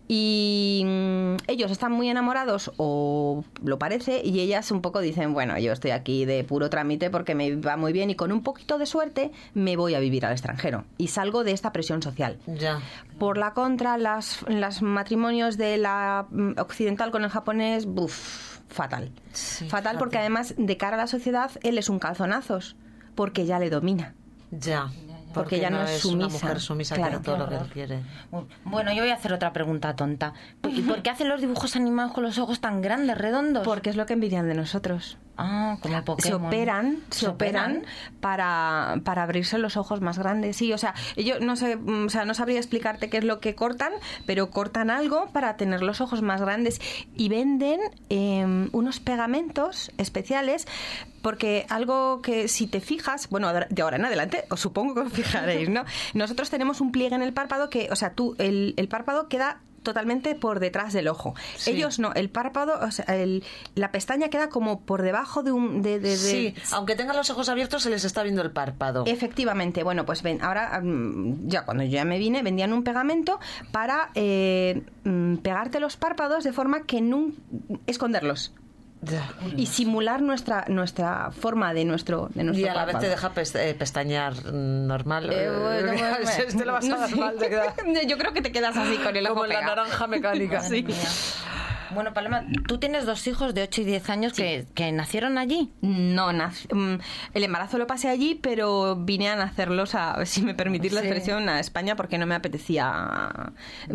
y mm, ellos están muy enamorados o lo parece, y ellas un poco dicen, bueno, yo estoy aquí de puro trámite porque me va muy bien y con un poquito de suerte me voy a vivir al extranjero y salgo de esta presión social. Ya. Por la contra, las, las matrimonios de la mm, occidental con el japonés, buf, fatal. Sí, fatal porque fatal. además de cara a la sociedad él es un calzonazos porque ya le domina. Ya. Porque ya no es una sumisa. mujer sumisa Claro, que hace todo qué lo que él horror. quiere. Bueno, yo voy a hacer otra pregunta tonta. ¿Y por qué hacen los dibujos animados con los ojos tan grandes, redondos? Porque es lo que envidian de nosotros. Ah, como Pokémon. Se operan, se, operan, para, para abrirse los ojos más grandes. Sí, o sea, yo no sé, mm, o sea, no sabría explicarte qué es lo que cortan, pero cortan algo para tener los ojos más grandes y venden eh, unos pegamentos especiales, porque algo que si te fijas, bueno, de ahora en adelante, os supongo que os fijaréis, ¿no? Nosotros tenemos un pliegue en el párpado que, o sea, tú, el, el párpado queda totalmente por detrás del ojo. Sí. Ellos no, el párpado, o sea, el, la pestaña queda como por debajo de un... De, de, de- Sí, aunque tengan los ojos abiertos se les está viendo el párpado. Efectivamente, bueno, pues ven, ahora mm, ya cuando yo ya me vine, vendían un pegamento para eh, mm, pegarte los párpados de forma que no esconderlos Ya. y simular nuestra nuestra forma de nuestro de nuestro Y a la vez párpado. te deja pes- eh, pestañear mm, normal. Eh, bueno, bueno, bueno. Te lo vas a No dar sé. mal, te queda Yo creo que te quedas así con el ojo como la pegado. naranja mecánica. Madre mía. Bueno, Paloma, tú tienes dos hijos de ocho y diez años que, que nacieron allí. No, nac- mm, el embarazo lo pasé allí, pero vine a nacerlos, a, si me permitís la Sí. expresión, a España porque no me apetecía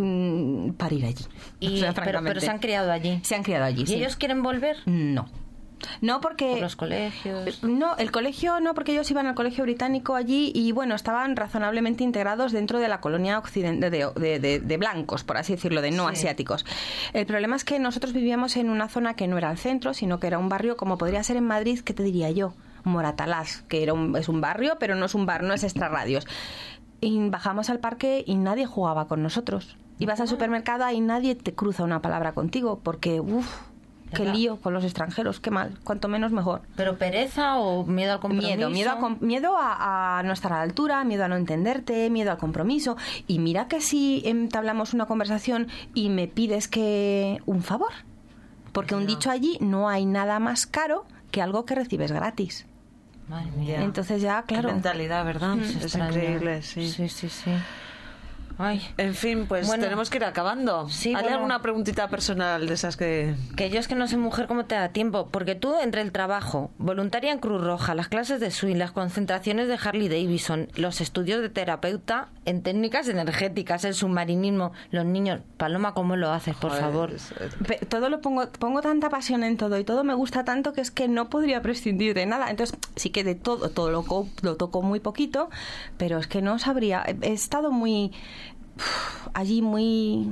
mm, parir allí. Y, O sea, pero, pero francamente. se han criado allí. Se han criado allí, ¿Y sí. ellos quieren volver? No. No, porque... Por los colegios. No, el colegio no, porque ellos iban al colegio británico allí y, bueno, estaban razonablemente integrados dentro de la colonia occidental de, de, de, de blancos, por así decirlo, de no Sí. asiáticos. El problema es que nosotros vivíamos en una zona que no era el centro, sino que era un barrio como podría ser en Madrid, ¿qué te diría yo? Moratalaz, que era un, es un barrio, pero no es un bar, no es extrarradios. Y bajamos al parque y nadie jugaba con nosotros. Ibas al supermercado y nadie te cruza una palabra contigo, porque, uff, qué ¿Verdad? lío con los extranjeros, qué mal, cuanto menos mejor. ¿Pero pereza o miedo al compromiso? Miedo, miedo, a, com- miedo a, a no estar a la altura, miedo a no entenderte, miedo al compromiso. Y mira que si entablamos una conversación y me pides que un favor, porque un dicho allí, no hay nada más caro que algo que recibes gratis. Madre mía. Ya. Entonces ya, claro. Qué mentalidad, ¿verdad? Mm, Es extraña. increíble, sí. Sí, sí, sí. Ay, En fin, pues Bueno. tenemos que ir acabando. Sí, ¿Hay bueno. alguna preguntita personal de esas que...? que yo es que no sé, mujer, cómo te da tiempo. Porque tú, entre el trabajo, voluntaria en Cruz Roja, las clases de swing, las concentraciones de Harley Davidson, los estudios de terapeuta en técnicas energéticas, el submarinismo, los niños... Paloma, ¿cómo lo haces, por Joder, favor? es- Pe- todo lo pongo pongo tanta pasión en todo y todo me gusta tanto que es que no podría prescindir de nada. Entonces sí que de todo todo lo, co- lo toco muy poquito, pero es que no sabría. He, he estado muy uf, allí muy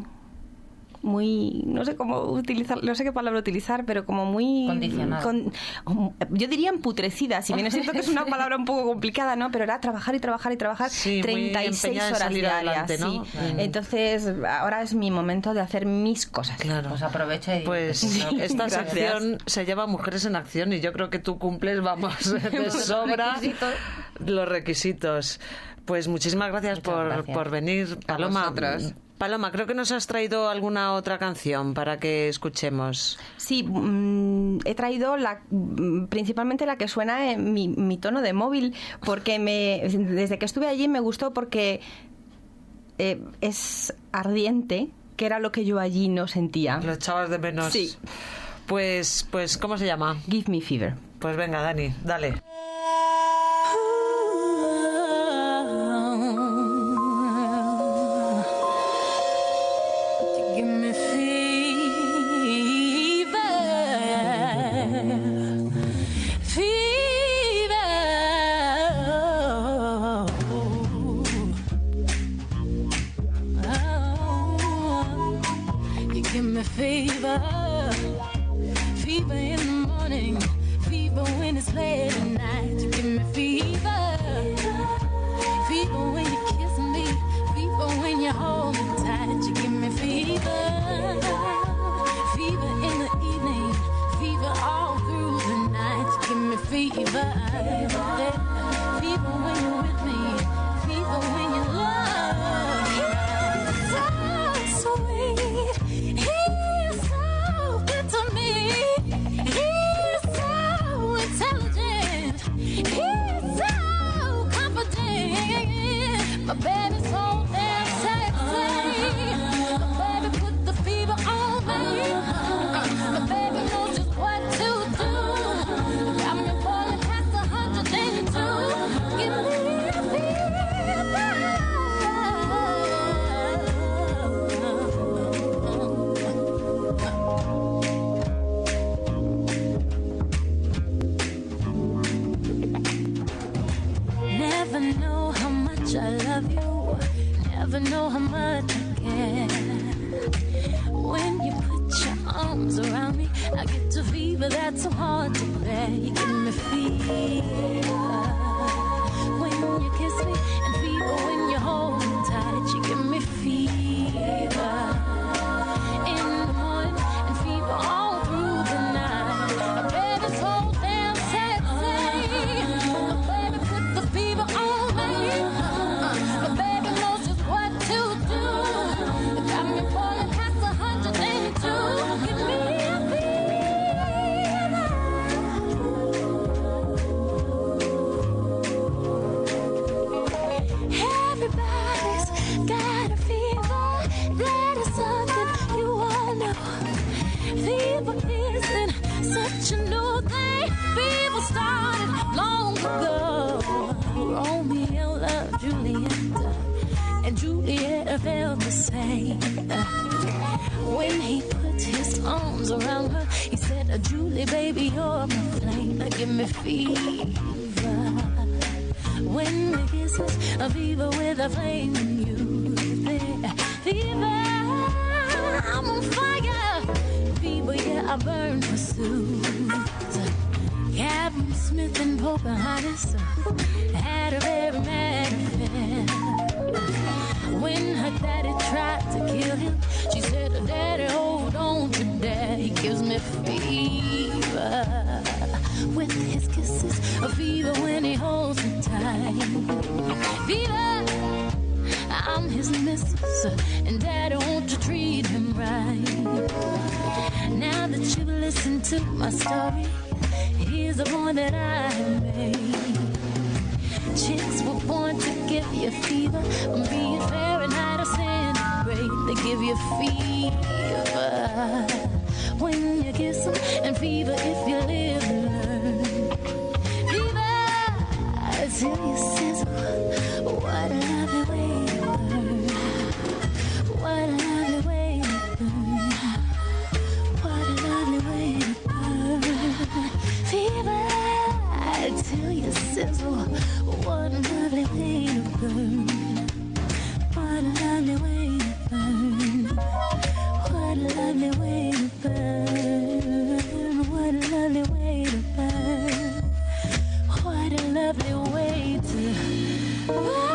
muy no sé cómo utilizar, no sé qué palabra utilizar, pero como muy Condicionada. con- yo diría emputrecida, si bien es cierto que es una palabra un poco complicada, ¿no? Pero era trabajar y trabajar y trabajar Sí, muy treinta y seis empeñada en horas salir diarias, adelante, ¿no? sí. Mm. Entonces ahora es mi momento de hacer mis cosas. Claro. Pues aprovecha y... Pues esta Gracias. sección se llama Mujeres en Acción y yo creo que tú cumples, vamos, de sobra requisitos. los requisitos. Pues muchísimas gracias, Muchas por, gracias. por venir, Paloma. vosotras. Paloma, creo que nos has traído alguna otra canción para que escuchemos. Sí, mm, he traído la, mm, principalmente la que suena en mi, mi tono de móvil, porque me, desde que estuve allí me gustó porque eh, es ardiente, que era lo que yo allí no sentía. Los chavos de menos. Sí. Pues, pues, ¿cómo se llama? Give me fever. Pues venga, Dani, dale. Give me fever, fever. Oh, you give me fever, fever in the morning, fever when it's late at night. You give me fever, fever when you kiss me, fever when you hold me tight. You give me fever, fever in the evening, fever all through the night. You give me fever, yeah. Fever when you're with me, fever when you love me. He's so sweet, he's so good to me. He's so intelligent, he's so confident. My baby's so damn sexy. My baby put the fever on me. My baby knows just what to do. Got me boiling past a hundred and two. Give me a Never know how much I love you. Never know how much I care. When you put your arms around me, I get to fever that's so hard to bear. You give me fever when you kiss me, and fever when you hold me tight. You give me fever in the morning, and fever all through the night. My baby's so damn sexy. My baby put the fever on me. My baby knows just what to do. Got me falling past a hundred and two. Give me a Everybody's got a fever. That is something you all know. Fever isn't such a new thing. Fever started long ago. Romeo loved Juliet, and Juliet felt the same. When he put his arms around her, he said, uh, Julie, baby, you're my flame. Uh, give me fever. When we kisses, a fever with a flame in you. Fever, I'm on fire. Fever, yeah, I burn for Suze. Captain Smith and Pocahontas uh, had a very mad affair. When her daddy tried to kill him, she said, Daddy, hold on to dad. He gives me fever with his kisses, a fever when he holds me tight. Fever, I'm his missus, and Daddy, won't you treat him right? Now that you've listened to my story, here's the point that I made. Chicks were born to give you fever, be it Fahrenheit or centigrade. They give you fever when you kiss them, and fever if you live and learn. Fever till you sizzle. What a lovely way to burn. What a lovely way to burn. What a lovely way to burn. Fever till you sizzle. What a lovely way to burn. What a lovely way to burn. What a lovely way to burn. What a lovely way to burn. What a lovely way to burn.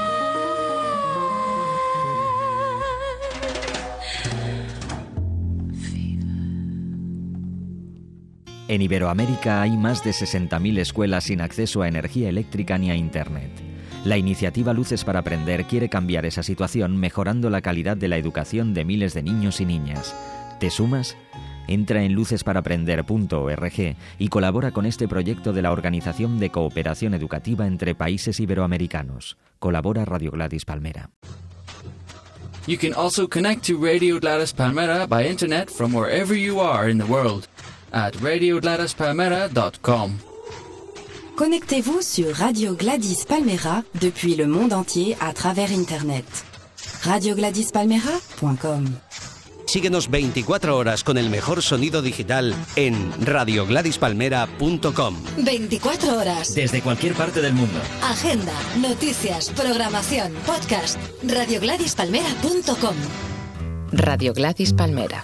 En Iberoamérica hay más de sesenta mil escuelas sin acceso a energía eléctrica ni a Internet. La iniciativa Luces para Aprender quiere cambiar esa situación mejorando la calidad de la educación de miles de niños y niñas. ¿Te sumas? Entra en luces para aprender punto org y colabora con este proyecto de la Organización de Cooperación Educativa entre Países Iberoamericanos. Colabora Radio Gladys Palmera. You can also connect to Radio Gladys Palmera by internet from wherever you are in the world at radio gladys palmera dot com. Connectez-vous sur Radio Gladys Palmera depuis le monde entier à travers Internet. radio gladys palmera punto com. Síguenos veinticuatro horas con el mejor sonido digital en radio gladys palmera punto com. veinticuatro horas. Desde cualquier parte del mundo. Agenda, noticias, programación, podcast. radio gladys palmera punto com. Radio Gladys Palmera.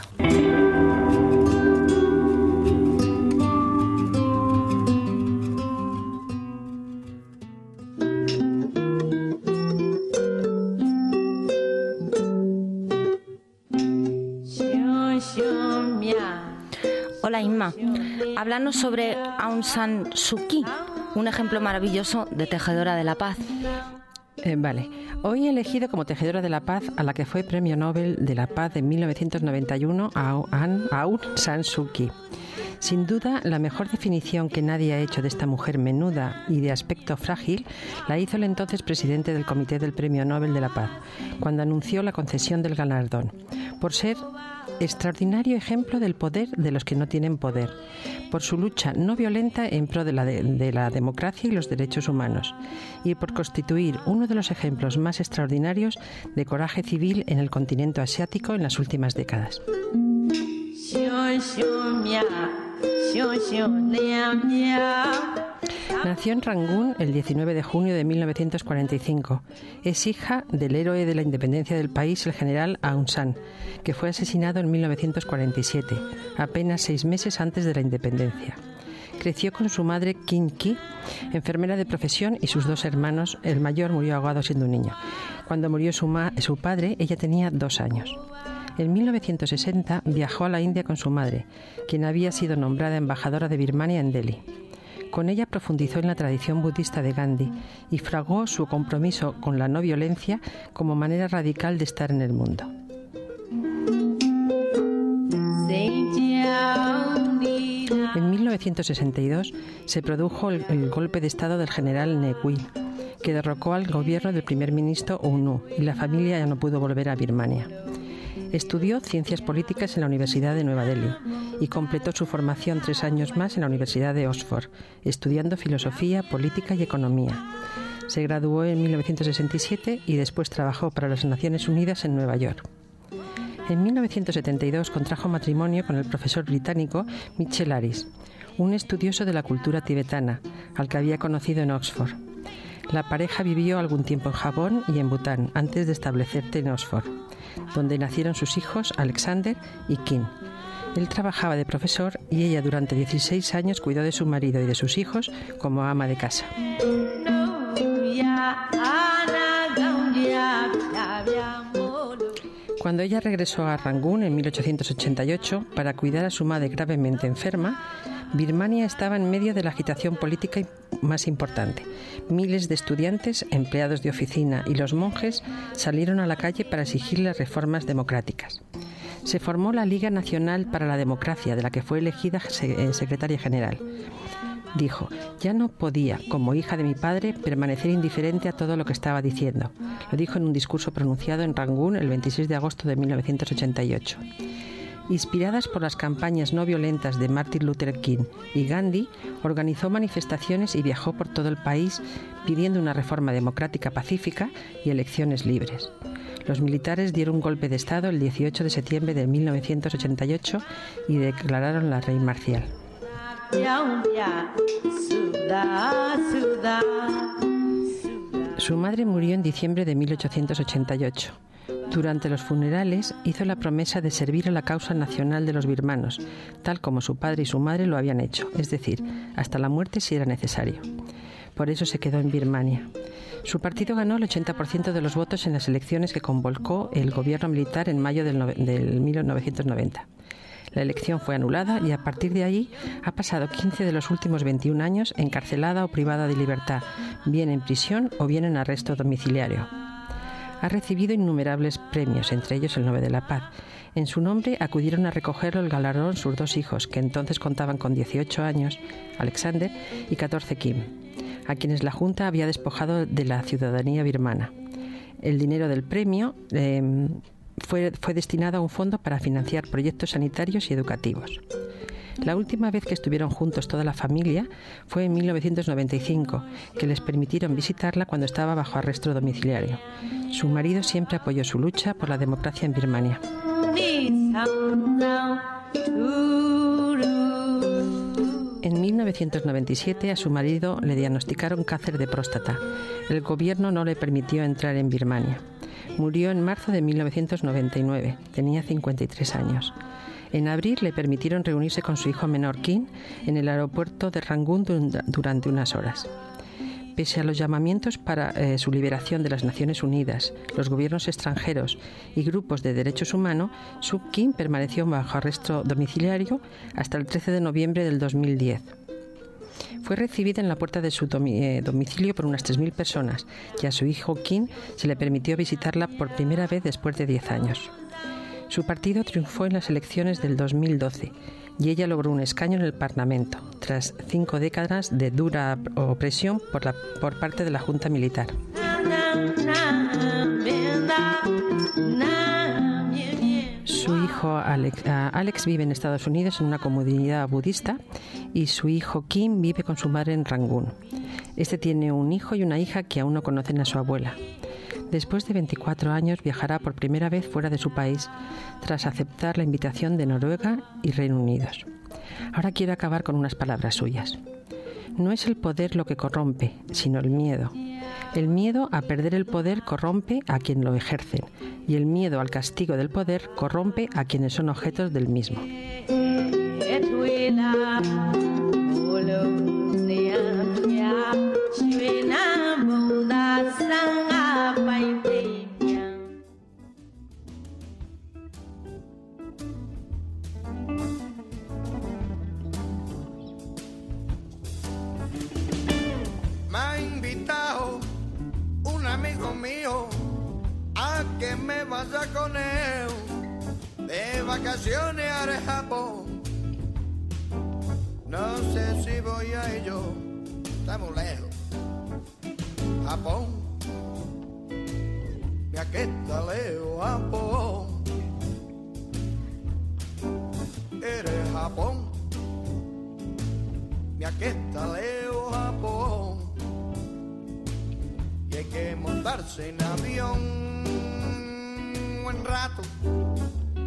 Hola Inma, háblanos sobre Aung San Suu Kyi, un ejemplo maravilloso de tejedora de la paz. Eh, vale, hoy he elegido como tejedora de la paz a la que fue Premio Nobel de la Paz en mil novecientos noventa y uno, a Aung San Suu Kyi. Sin duda, la mejor definición que nadie ha hecho de esta mujer menuda y de aspecto frágil la hizo el entonces presidente del Comité del Premio Nobel de la Paz, cuando anunció la concesión del galardón, por ser extraordinario ejemplo del poder de los que no tienen poder, por su lucha no violenta en pro de la, de, de la democracia y los derechos humanos, y por constituir uno de los ejemplos más extraordinarios de coraje civil en el continente asiático en las últimas décadas. Nació en Rangún el diecinueve de junio de mil novecientos cuarenta y cinco. Es hija del héroe de la independencia del país, el general Aung San, que fue asesinado en mil novecientos cuarenta y siete, apenas seis meses antes de la independencia. Creció con su madre Khin Kyi, enfermera de profesión, y sus dos hermanos. El mayor murió ahogado siendo un niño. Cuando murió su, ma- su padre, ella tenía dos años. En mil novecientos sesenta viajó a la India con su madre, quien había sido nombrada embajadora de Birmania en Delhi. Con ella profundizó en la tradición budista de Gandhi y fraguó su compromiso con la no violencia como manera radical de estar en el mundo. En mil novecientos sesenta y dos se produjo el, el golpe de estado del general Ne Win, que derrocó al gobierno del primer ministro U N U, y la familia ya no pudo volver a Birmania. Estudió Ciencias Políticas en la Universidad de Nueva Delhi y completó su formación tres años más en la Universidad de Oxford, estudiando Filosofía, Política y Economía. Se graduó en mil novecientos sesenta y siete y después trabajó para las Naciones Unidas en Nueva York. En mil novecientos setenta y dos contrajo matrimonio con el profesor británico Michel Harris, un estudioso de la cultura tibetana, al que había conocido en Oxford. La pareja vivió algún tiempo en Japón y en Bután antes de establecerse en Oxford, donde nacieron sus hijos Alexander y Kim. Él trabajaba de profesor y ella durante dieciséis años cuidó de su marido y de sus hijos como ama de casa. Cuando ella regresó a Rangún en mil ochocientos ochenta y ocho para cuidar a su madre gravemente enferma, Birmania estaba en medio de la agitación política más importante. Miles de estudiantes, empleados de oficina y los monjes salieron a la calle para exigir las reformas democráticas. Se formó la Liga Nacional para la Democracia, de la que fue elegida secretaria general. Dijo, ya no podía, como hija de mi padre, permanecer indiferente a todo lo que estaba diciendo. Lo dijo en un discurso pronunciado en Rangún el veintiséis de agosto de mil novecientos ochenta y ocho. Inspiradas por las campañas no violentas de Martin Luther King y Gandhi, organizó manifestaciones y viajó por todo el país pidiendo una reforma democrática pacífica y elecciones libres. Los militares dieron un golpe de Estado el dieciocho de septiembre de mil novecientos ochenta y ocho y declararon la ley marcial. Su madre murió en diciembre de mil ochocientos ochenta y ocho. Durante los funerales hizo la promesa de servir a la causa nacional de los birmanos, tal como su padre y su madre lo habían hecho, es decir, hasta la muerte si era necesario. Por eso se quedó en Birmania. Su partido ganó el ochenta por ciento de los votos en las elecciones que convocó el gobierno militar en mayo del, no, del mil novecientos noventa. La elección fue anulada y a partir de ahí ha pasado quince de los últimos veintiún años encarcelada o privada de libertad, bien en prisión o bien en arresto domiciliario. Ha recibido innumerables premios, entre ellos el Nobel de la Paz. En su nombre acudieron a recogerlo el galardón sus dos hijos, que entonces contaban con dieciocho años, Alexander, y catorce, Kim, a quienes la Junta había despojado de la ciudadanía birmana. El dinero del premio eh, fue, fue destinado a un fondo para financiar proyectos sanitarios y educativos. La última vez que estuvieron juntos toda la familia fue en mil novecientos noventa y cinco, que les permitieron visitarla cuando estaba bajo arresto domiciliario. Su marido siempre apoyó su lucha por la democracia en Birmania. En mil novecientos noventa y siete a su marido le diagnosticaron cáncer de próstata. El gobierno no le permitió entrar en Birmania. Murió en marzo de mil novecientos noventa y nueve. Tenía cincuenta y tres años. En abril le permitieron reunirse con su hijo menor Kim en el aeropuerto de Rangún durante unas horas. Pese a los llamamientos para eh, su liberación de las Naciones Unidas, los gobiernos extranjeros y grupos de derechos humanos, Suu Kyi permaneció bajo arresto domiciliario hasta el trece de noviembre del dos mil diez. Fue recibida en la puerta de su domicilio por unas tres mil personas y a su hijo Kim se le permitió visitarla por primera vez después de diez años. Su partido triunfó en las elecciones del dos mil doce y ella logró un escaño en el Parlamento, tras cinco décadas de dura opresión por, la, por parte de la Junta Militar. Su hijo Alex, uh, Alex vive en Estados Unidos en una comunidad budista y su hijo Kim vive con su madre en Rangún. Este tiene un hijo y una hija que aún no conocen a su abuela. Después de veinticuatro años viajará por primera vez fuera de su país tras aceptar la invitación de Noruega y Reino Unido. Ahora quiero acabar con unas palabras suyas. No es el poder lo que corrompe, sino el miedo. El miedo a perder el poder corrompe a quien lo ejercen y el miedo al castigo del poder corrompe a quienes son objetos del mismo. Me ha invitado un amigo mío a que me vaya con él de vacaciones al Japón. No sé si voy a ello, estamos lejos. Japón, mira que está lejos Japón. Eres Japón, mira que está lejos Japón. Y hay que montarse en avión un buen rato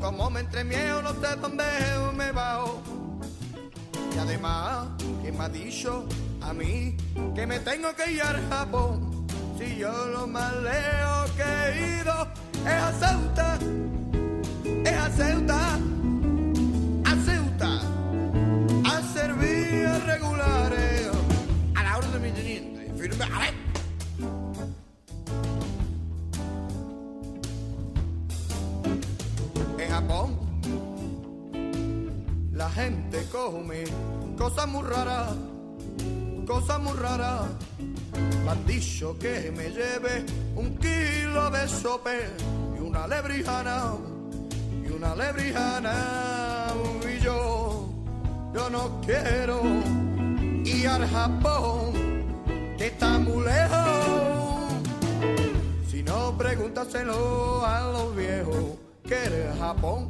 como me entremieo, no sé dónde me bajo. Y además, ¿quién me ha dicho a mí que me tengo que ir al Japón? Si yo lo más lejos que he ido es a Ceuta, es a Ceuta, a Ceuta, a servir regulares, a la orden de mi teniente, firme, a ver. En Japón la gente come cosas muy raras, cosas muy raras. Me han dicho que me lleve un kilo de sope y una lebrijana, y una lebrijana. Y yo, yo no quiero ir al Japón, que está muy lejos. Si no, pregúntaselo a los viejos, que eres Japón.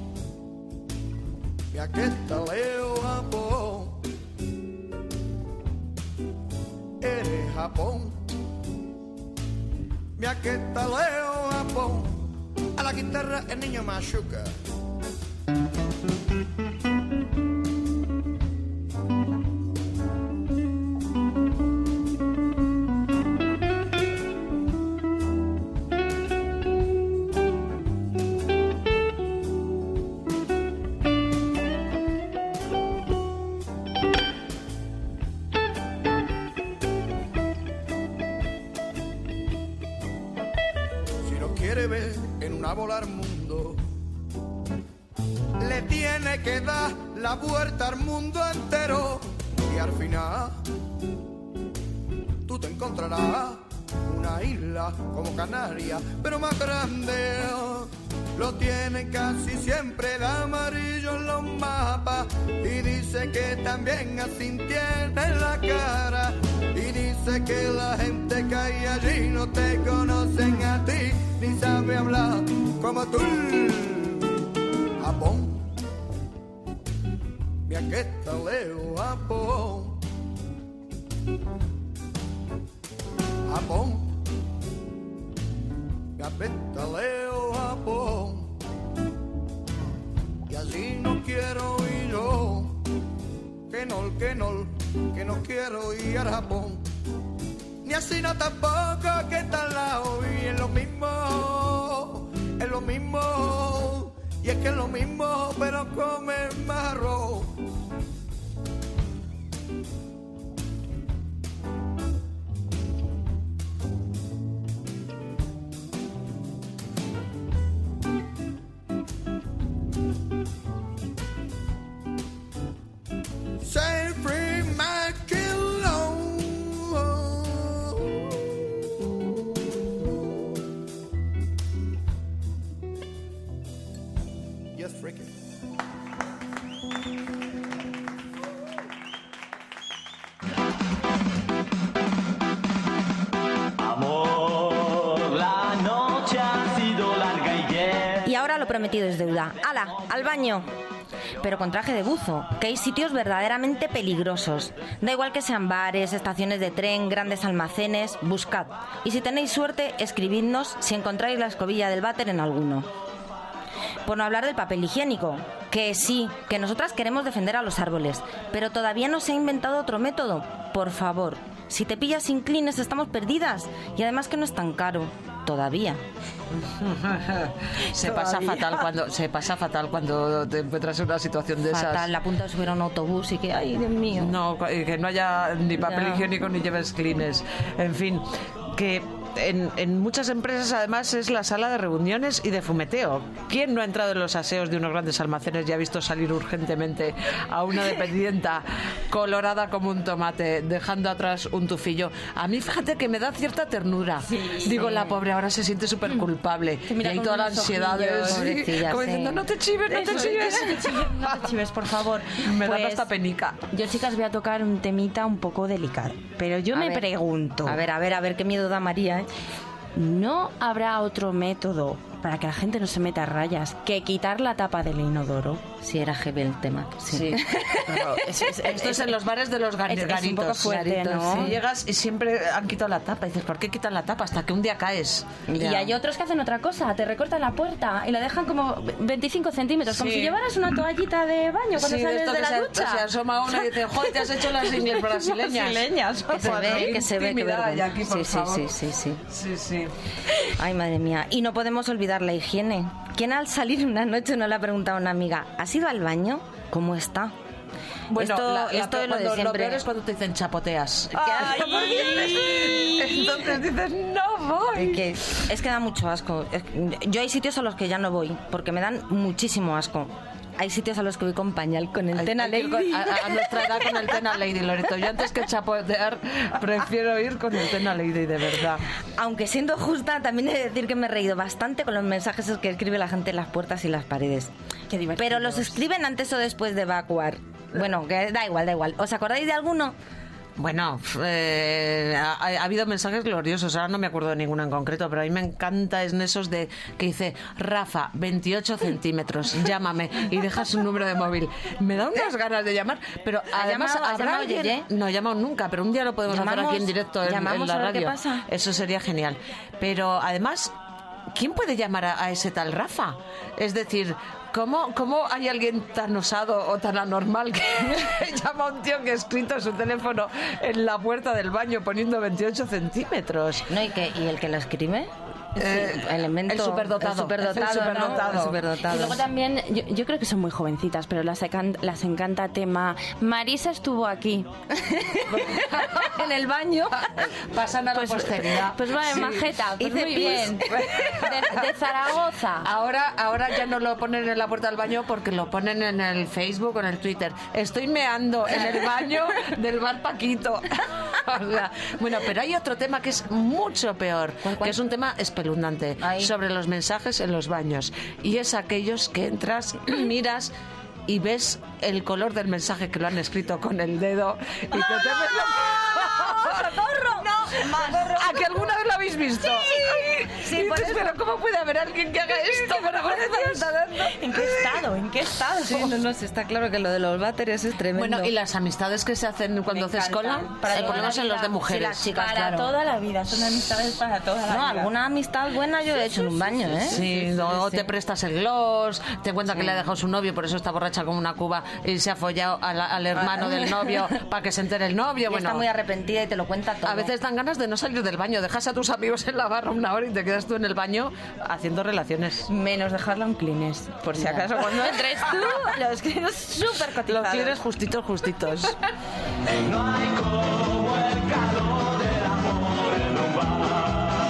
Y aquí está lejos Japón. Eres Japón. Mira que está lejos Japón. A la guitarra el niño Machuca. Volar mundo, le tiene que dar la vuelta al mundo entero y al final tú te encontrarás una isla como Canarias, pero más grande. Lo tiene casi siempre de amarillo en los mapas y dice que también así tiene la cara y dice que la gente que hay allí no te conocen a ti ni sabe hablar como tú. Japón, mira que está lejos Japón. Japón, mira que está lejos Japón. Y así no quiero ir yo, que no, que no, que no quiero ir a Japón. Ni así no tampoco, que está al lado y es lo mismo, es lo mismo, y es que es lo mismo, pero come más arroz. Say free my kilo. Yes, freaking. Amor, la noche ha sido larga y bien. Y ahora lo prometido es deuda. ¡Hala! ¡Al baño! Pero con traje de buzo, que hay sitios verdaderamente peligrosos. Da igual que sean bares, estaciones de tren, grandes almacenes, buscad. Y si tenéis suerte, escribidnos si encontráis la escobilla del váter en alguno. Por no hablar del papel higiénico, que sí, que nosotras queremos defender a los árboles, pero todavía no se ha inventado otro método. Por favor, si te pillas sin Kleenex estamos perdidas. Y además que no es tan caro. Todavía. se Todavía. pasa fatal cuando se pasa fatal cuando te encuentras en una situación de fatal, esas. la punta de subir a un autobús y que, ay, Dios mío. No, que no haya ni papel Ya. higiénico ni lleves Kleenex. En fin, que en, en muchas empresas además es la sala de reuniones y de fumeteo. ¿Quién no ha entrado en los aseos de unos grandes almacenes y ha visto salir urgentemente a una dependienta colorada como un tomate, dejando atrás un tufillo? A mí fíjate que me da cierta ternura. Sí, Digo, sí. la pobre ahora se siente súper culpable. Que mira y hay con toda la unos ansiedad de ojillos, sí, pobrecilla, como sí. diciendo, no te chives, no te Eso, chives. no te chives, no te chives, por favor. Me da Pues, hasta penica. Yo, chicas, voy a tocar un temita un poco delicado. Pero yo A me ver. pregunto, A ver, a ver, a ver, qué miedo da María, ¿eh? ¿no habrá otro método para que la gente no se meta a rayas, que quitar la tapa del inodoro. Sí, era heavy el tema. Sí. Sí. Pero es, es, esto es en los bares de los gar- Es- es un garitos. poco fuerte, Garitos, ¿no? sí. Llegas y siempre han quitado la tapa. Y dices, ¿por qué quitan la tapa? Hasta que un día caes. Y hay otros que hacen otra cosa, te recortan la puerta y la dejan como veinticinco centímetros, como Sí. si llevaras una toallita de baño cuando Sí, sales esto de que la se, ducha. se asoma uno y dice, joder, te has hecho las ingles brasileñas. Brasileñas. Que se ve, que se ve, que intimidad hay vergüenza. aquí, por Sí, sí, favor. sí, sí, sí. Sí, sí. Ay, madre mía. Y no podemos olvidar la higiene. ¿Quién al salir una noche no le ha preguntado a una amiga, ¿has ido al baño? ¿Cómo está? Bueno, esto, la- la esto peor- es lo de cuando- siempre. peor es cuando te dicen chapoteas. Ay. Entonces dices, no voy. Es que, es que da mucho asco. Es- Yo hay sitios a los que ya no voy, porque me dan muchísimo asco. Hay sitios a los que voy con pañal, con el Hay- Tena hay que ir Lady. con- a, a nuestra edad con el Tena Lady, Loreto. Yo antes que chapotear prefiero ir con el Tena Lady, de verdad. Aunque siendo justa, también he de decir que me he reído bastante con los mensajes que escribe la gente en las puertas y las paredes. Qué divertido. Pero los escriben antes o después de evacuar. Bueno, que da igual, da igual. ¿Os acordáis de alguno? Bueno, eh, ha, ha habido mensajes gloriosos, ahora no me acuerdo de ninguno en concreto, pero a mí me encanta es en esos de que dice, Rafa, veintiocho centímetros, llámame y deja su número de móvil. Me da unas ganas de llamar, pero ¿Ha además llamado- ha habrá llamado alguien... Yeye? No, he llamado nunca, pero un día lo podemos hacer ¿Llamamos? aquí en directo en, en ¿Llamamos la a ver qué radio. pasa? Eso sería genial. Pero además, ¿quién puede llamar a, a ese tal Rafa? Es decir... ¿Cómo, ¿Cómo hay alguien tan osado o tan anormal que llama a un tío que ha escrito su teléfono en la puerta del baño poniendo veintiocho centímetros? No, ¿y, que, ¿y el que lo escribe? Eh, elemento, el superdotado. el superdotado, El superdotado. ¿no? El superdotado. Y luego también, yo, yo creo que son muy jovencitas, pero las, encanta, las encanta tema. Marisa estuvo aquí. En el baño. Pasan a la posteridad. Pues vale, Sí. majeta, pues Hice muy pis. bien. De, de Zaragoza. Ahora, ahora ya no lo ponen en la puerta del baño porque lo ponen en el Facebook o en el Twitter. Estoy meando en el baño del bar Paquito. O sea, bueno, pero hay otro tema que es mucho peor, que es un tema espeluznante, sobre los mensajes en los baños. Y es aquellos que entras, miras y ves el color del mensaje que lo han escrito con el dedo y te temes la... ¡Socorro! ¡No! ¿A que alguna vez lo habéis visto? Sí, sí, Y por dices, eso. pero ¿cómo puede haber alguien que haga esto? Pero ¿cómo me está dando? ¿En qué estado? ¿En qué estado? Sí, no, no, sí, está claro que lo de los váteres es tremendo. Bueno, y las amistades que se hacen cuando haces cola, Para eh, toda por lo menos la en los de vida. mujeres. Sí, las chicas, Para claro. toda la vida, son amistades para toda la No, vida. alguna amistad buena yo he hecho en un baño, ¿eh? Sí, no, te prestas el gloss, te cuenta que le ha dejado su novio, por eso está borracha como una cuba y se ha follado a la- al hermano del novio para que se entere el novio. Y Bueno, está muy arrepentida y te lo cuenta todo. a veces dan ganas de no salir del baño, dejas a tus amigos en la barra una hora y te quedas tú en el baño haciendo relaciones. Menos dejarla un clines, por si Ya. acaso cuando entres tú, los clines súper Los cotizados. tienes justitos, justitos. No hay como el calor del amor en un bar.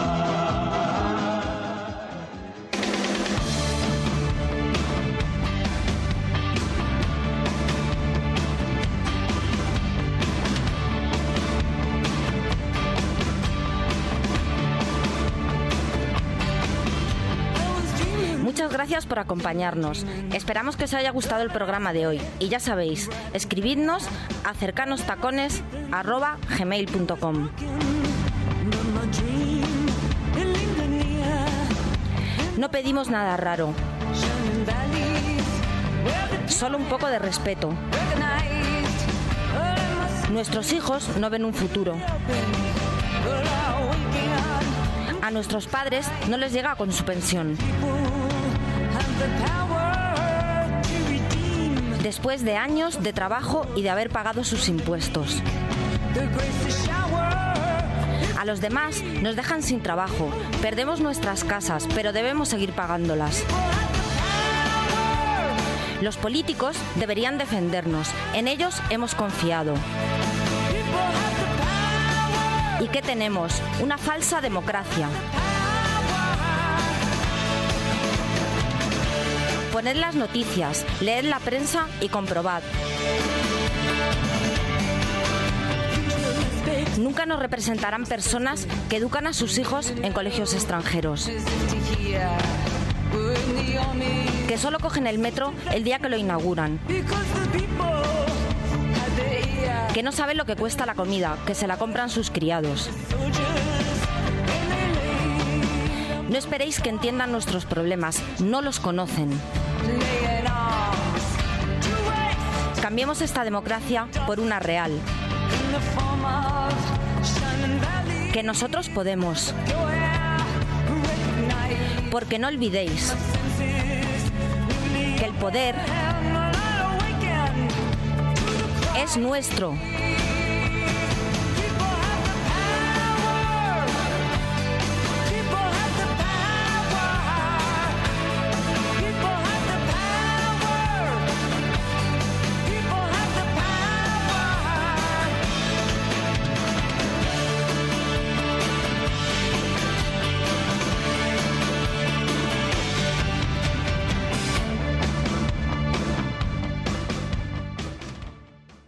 Muchas gracias por acompañarnos. Esperamos que os haya gustado el programa de hoy. Y ya sabéis, escribidnos a cercanostacones arroba gmail punto com. No pedimos nada raro. Solo un poco de respeto. Nuestros hijos no ven un futuro. A nuestros padres no les llega con su pensión. Después de años de trabajo y de haber pagado sus impuestos. A los demás nos dejan sin trabajo, perdemos nuestras casas, pero debemos seguir pagándolas. Los políticos deberían defendernos, en ellos hemos confiado. ¿Y qué tenemos? Una falsa democracia. Poned las noticias, leed la prensa y comprobad. Nunca nos representarán personas que educan a sus hijos en colegios extranjeros, que solo cogen el metro el día que lo inauguran, que no saben lo que cuesta la comida, que se la compran sus criados. No esperéis que entiendan nuestros problemas, no los conocen. Cambiemos esta democracia por una real. Que nosotros podemos. Porque no olvidéis que el poder es nuestro.